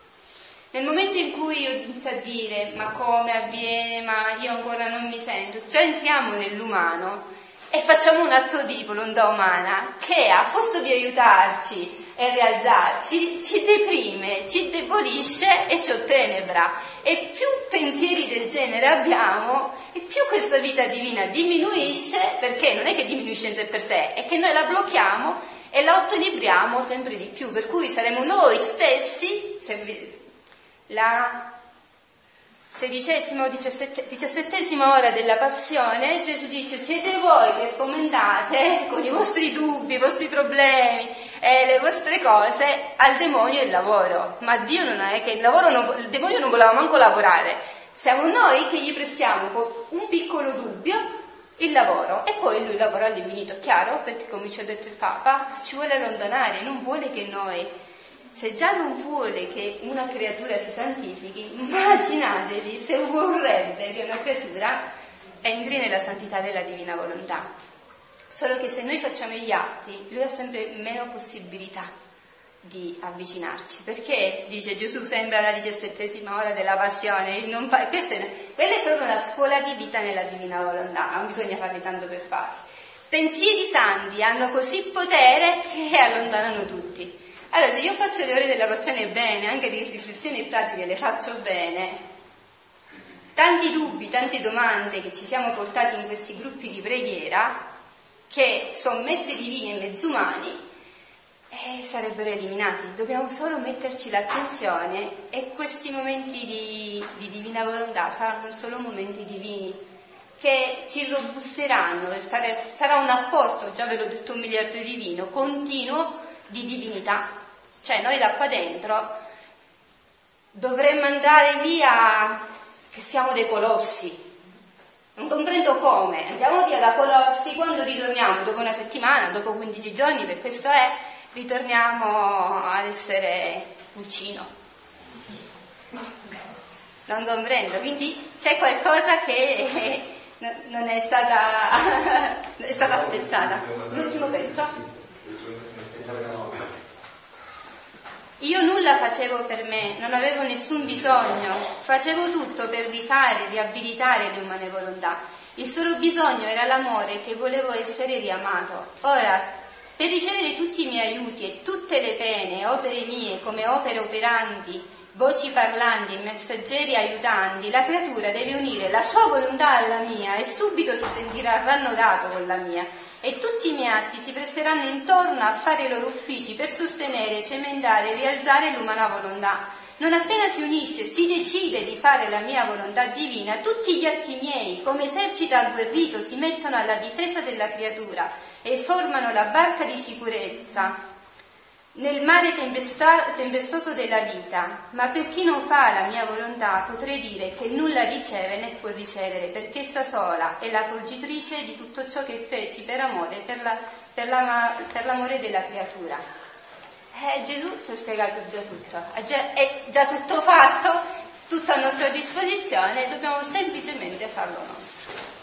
Nel momento in cui io inizio a dire ma come avviene, ma io ancora non mi sento, già entriamo nell'umano e facciamo un atto di volontà umana che a posto di aiutarci e rialzarci, ci deprime, ci debolisce e ci ottenebra. E più pensieri del genere abbiamo, e più questa vita divina diminuisce, perché non è che diminuisce in sé per sé, è che noi la blocchiamo e la ottenibriamo sempre di più, per cui saremo noi stessi, se vi, la sedicesima o diciassettesima ora della passione, Gesù dice: siete voi che fomentate con i vostri dubbi, i vostri problemi e le vostre cose al demonio il lavoro. Ma Dio non è che il lavoro non, il demonio non voleva manco lavorare, siamo noi che gli prestiamo con un piccolo dubbio il lavoro e poi lui lavora all'infinito. Chiaro? Perché come ci ha detto il Papa, ci vuole allontanare, non vuole che noi, se già non vuole che una creatura si santifichi, immaginatevi se vorrebbe che una creatura entri nella santità della divina volontà. Solo che se noi facciamo gli atti, lui ha sempre meno possibilità di avvicinarci, perché, dice Gesù, sembra la diciassettesima ora della passione, non fa, questa è, quella è proprio una scuola di vita nella divina volontà, non bisogna farli tanto per farli. Pensieri santi hanno così potere che allontanano tutti. Allora, se io faccio le ore della passione bene, anche di riflessioni e pratiche le faccio bene, tanti dubbi, tante domande che ci siamo portati in questi gruppi di preghiera, che sono mezzi divini e mezzi umani, eh, sarebbero eliminati. Dobbiamo solo metterci l'attenzione e questi momenti di, di divina volontà saranno solo momenti divini che ci robusteranno, sarà un apporto, già ve l'ho detto un miliardo di vino, continuo di divinità. Cioè noi da qua dentro dovremmo andare via che siamo dei colossi. Non comprendo come. Andiamo via da colossi, quando ritorniamo dopo una settimana, dopo quindici giorni, per questo è, ritorniamo ad essere pulcino. Non comprendo. Quindi c'è qualcosa che non è stata, è stata spezzata. L'ultimo pezzo. Io nulla facevo per me, non avevo nessun bisogno, facevo tutto per rifare, riabilitare le umane volontà. Il solo bisogno era l'amore, che volevo essere riamato. Ora, per ricevere tutti i miei aiuti e tutte le pene, opere mie come opere operanti, voci parlanti, messaggeri aiutanti, la creatura deve unire la sua volontà alla mia e subito si sentirà rannodato con la mia, e tutti i miei atti si presteranno intorno a fare i loro uffici per sostenere, cementare e rialzare l'umana volontà. Non appena si unisce, si decide di fare la mia volontà divina, tutti gli atti miei, come esercito agguerrito, si mettono alla difesa della creatura e formano la barca di sicurezza nel mare tempesta- tempestoso della vita. Ma per chi non fa la mia volontà potrei dire che nulla riceve né può ricevere, perché essa sola è la porgitrice di tutto ciò che feci per amore, per, la, per, la, per l'amore della creatura. Eh, Gesù ci ha spiegato già tutto, è già, è già tutto fatto, tutto a nostra disposizione, dobbiamo semplicemente farlo nostro.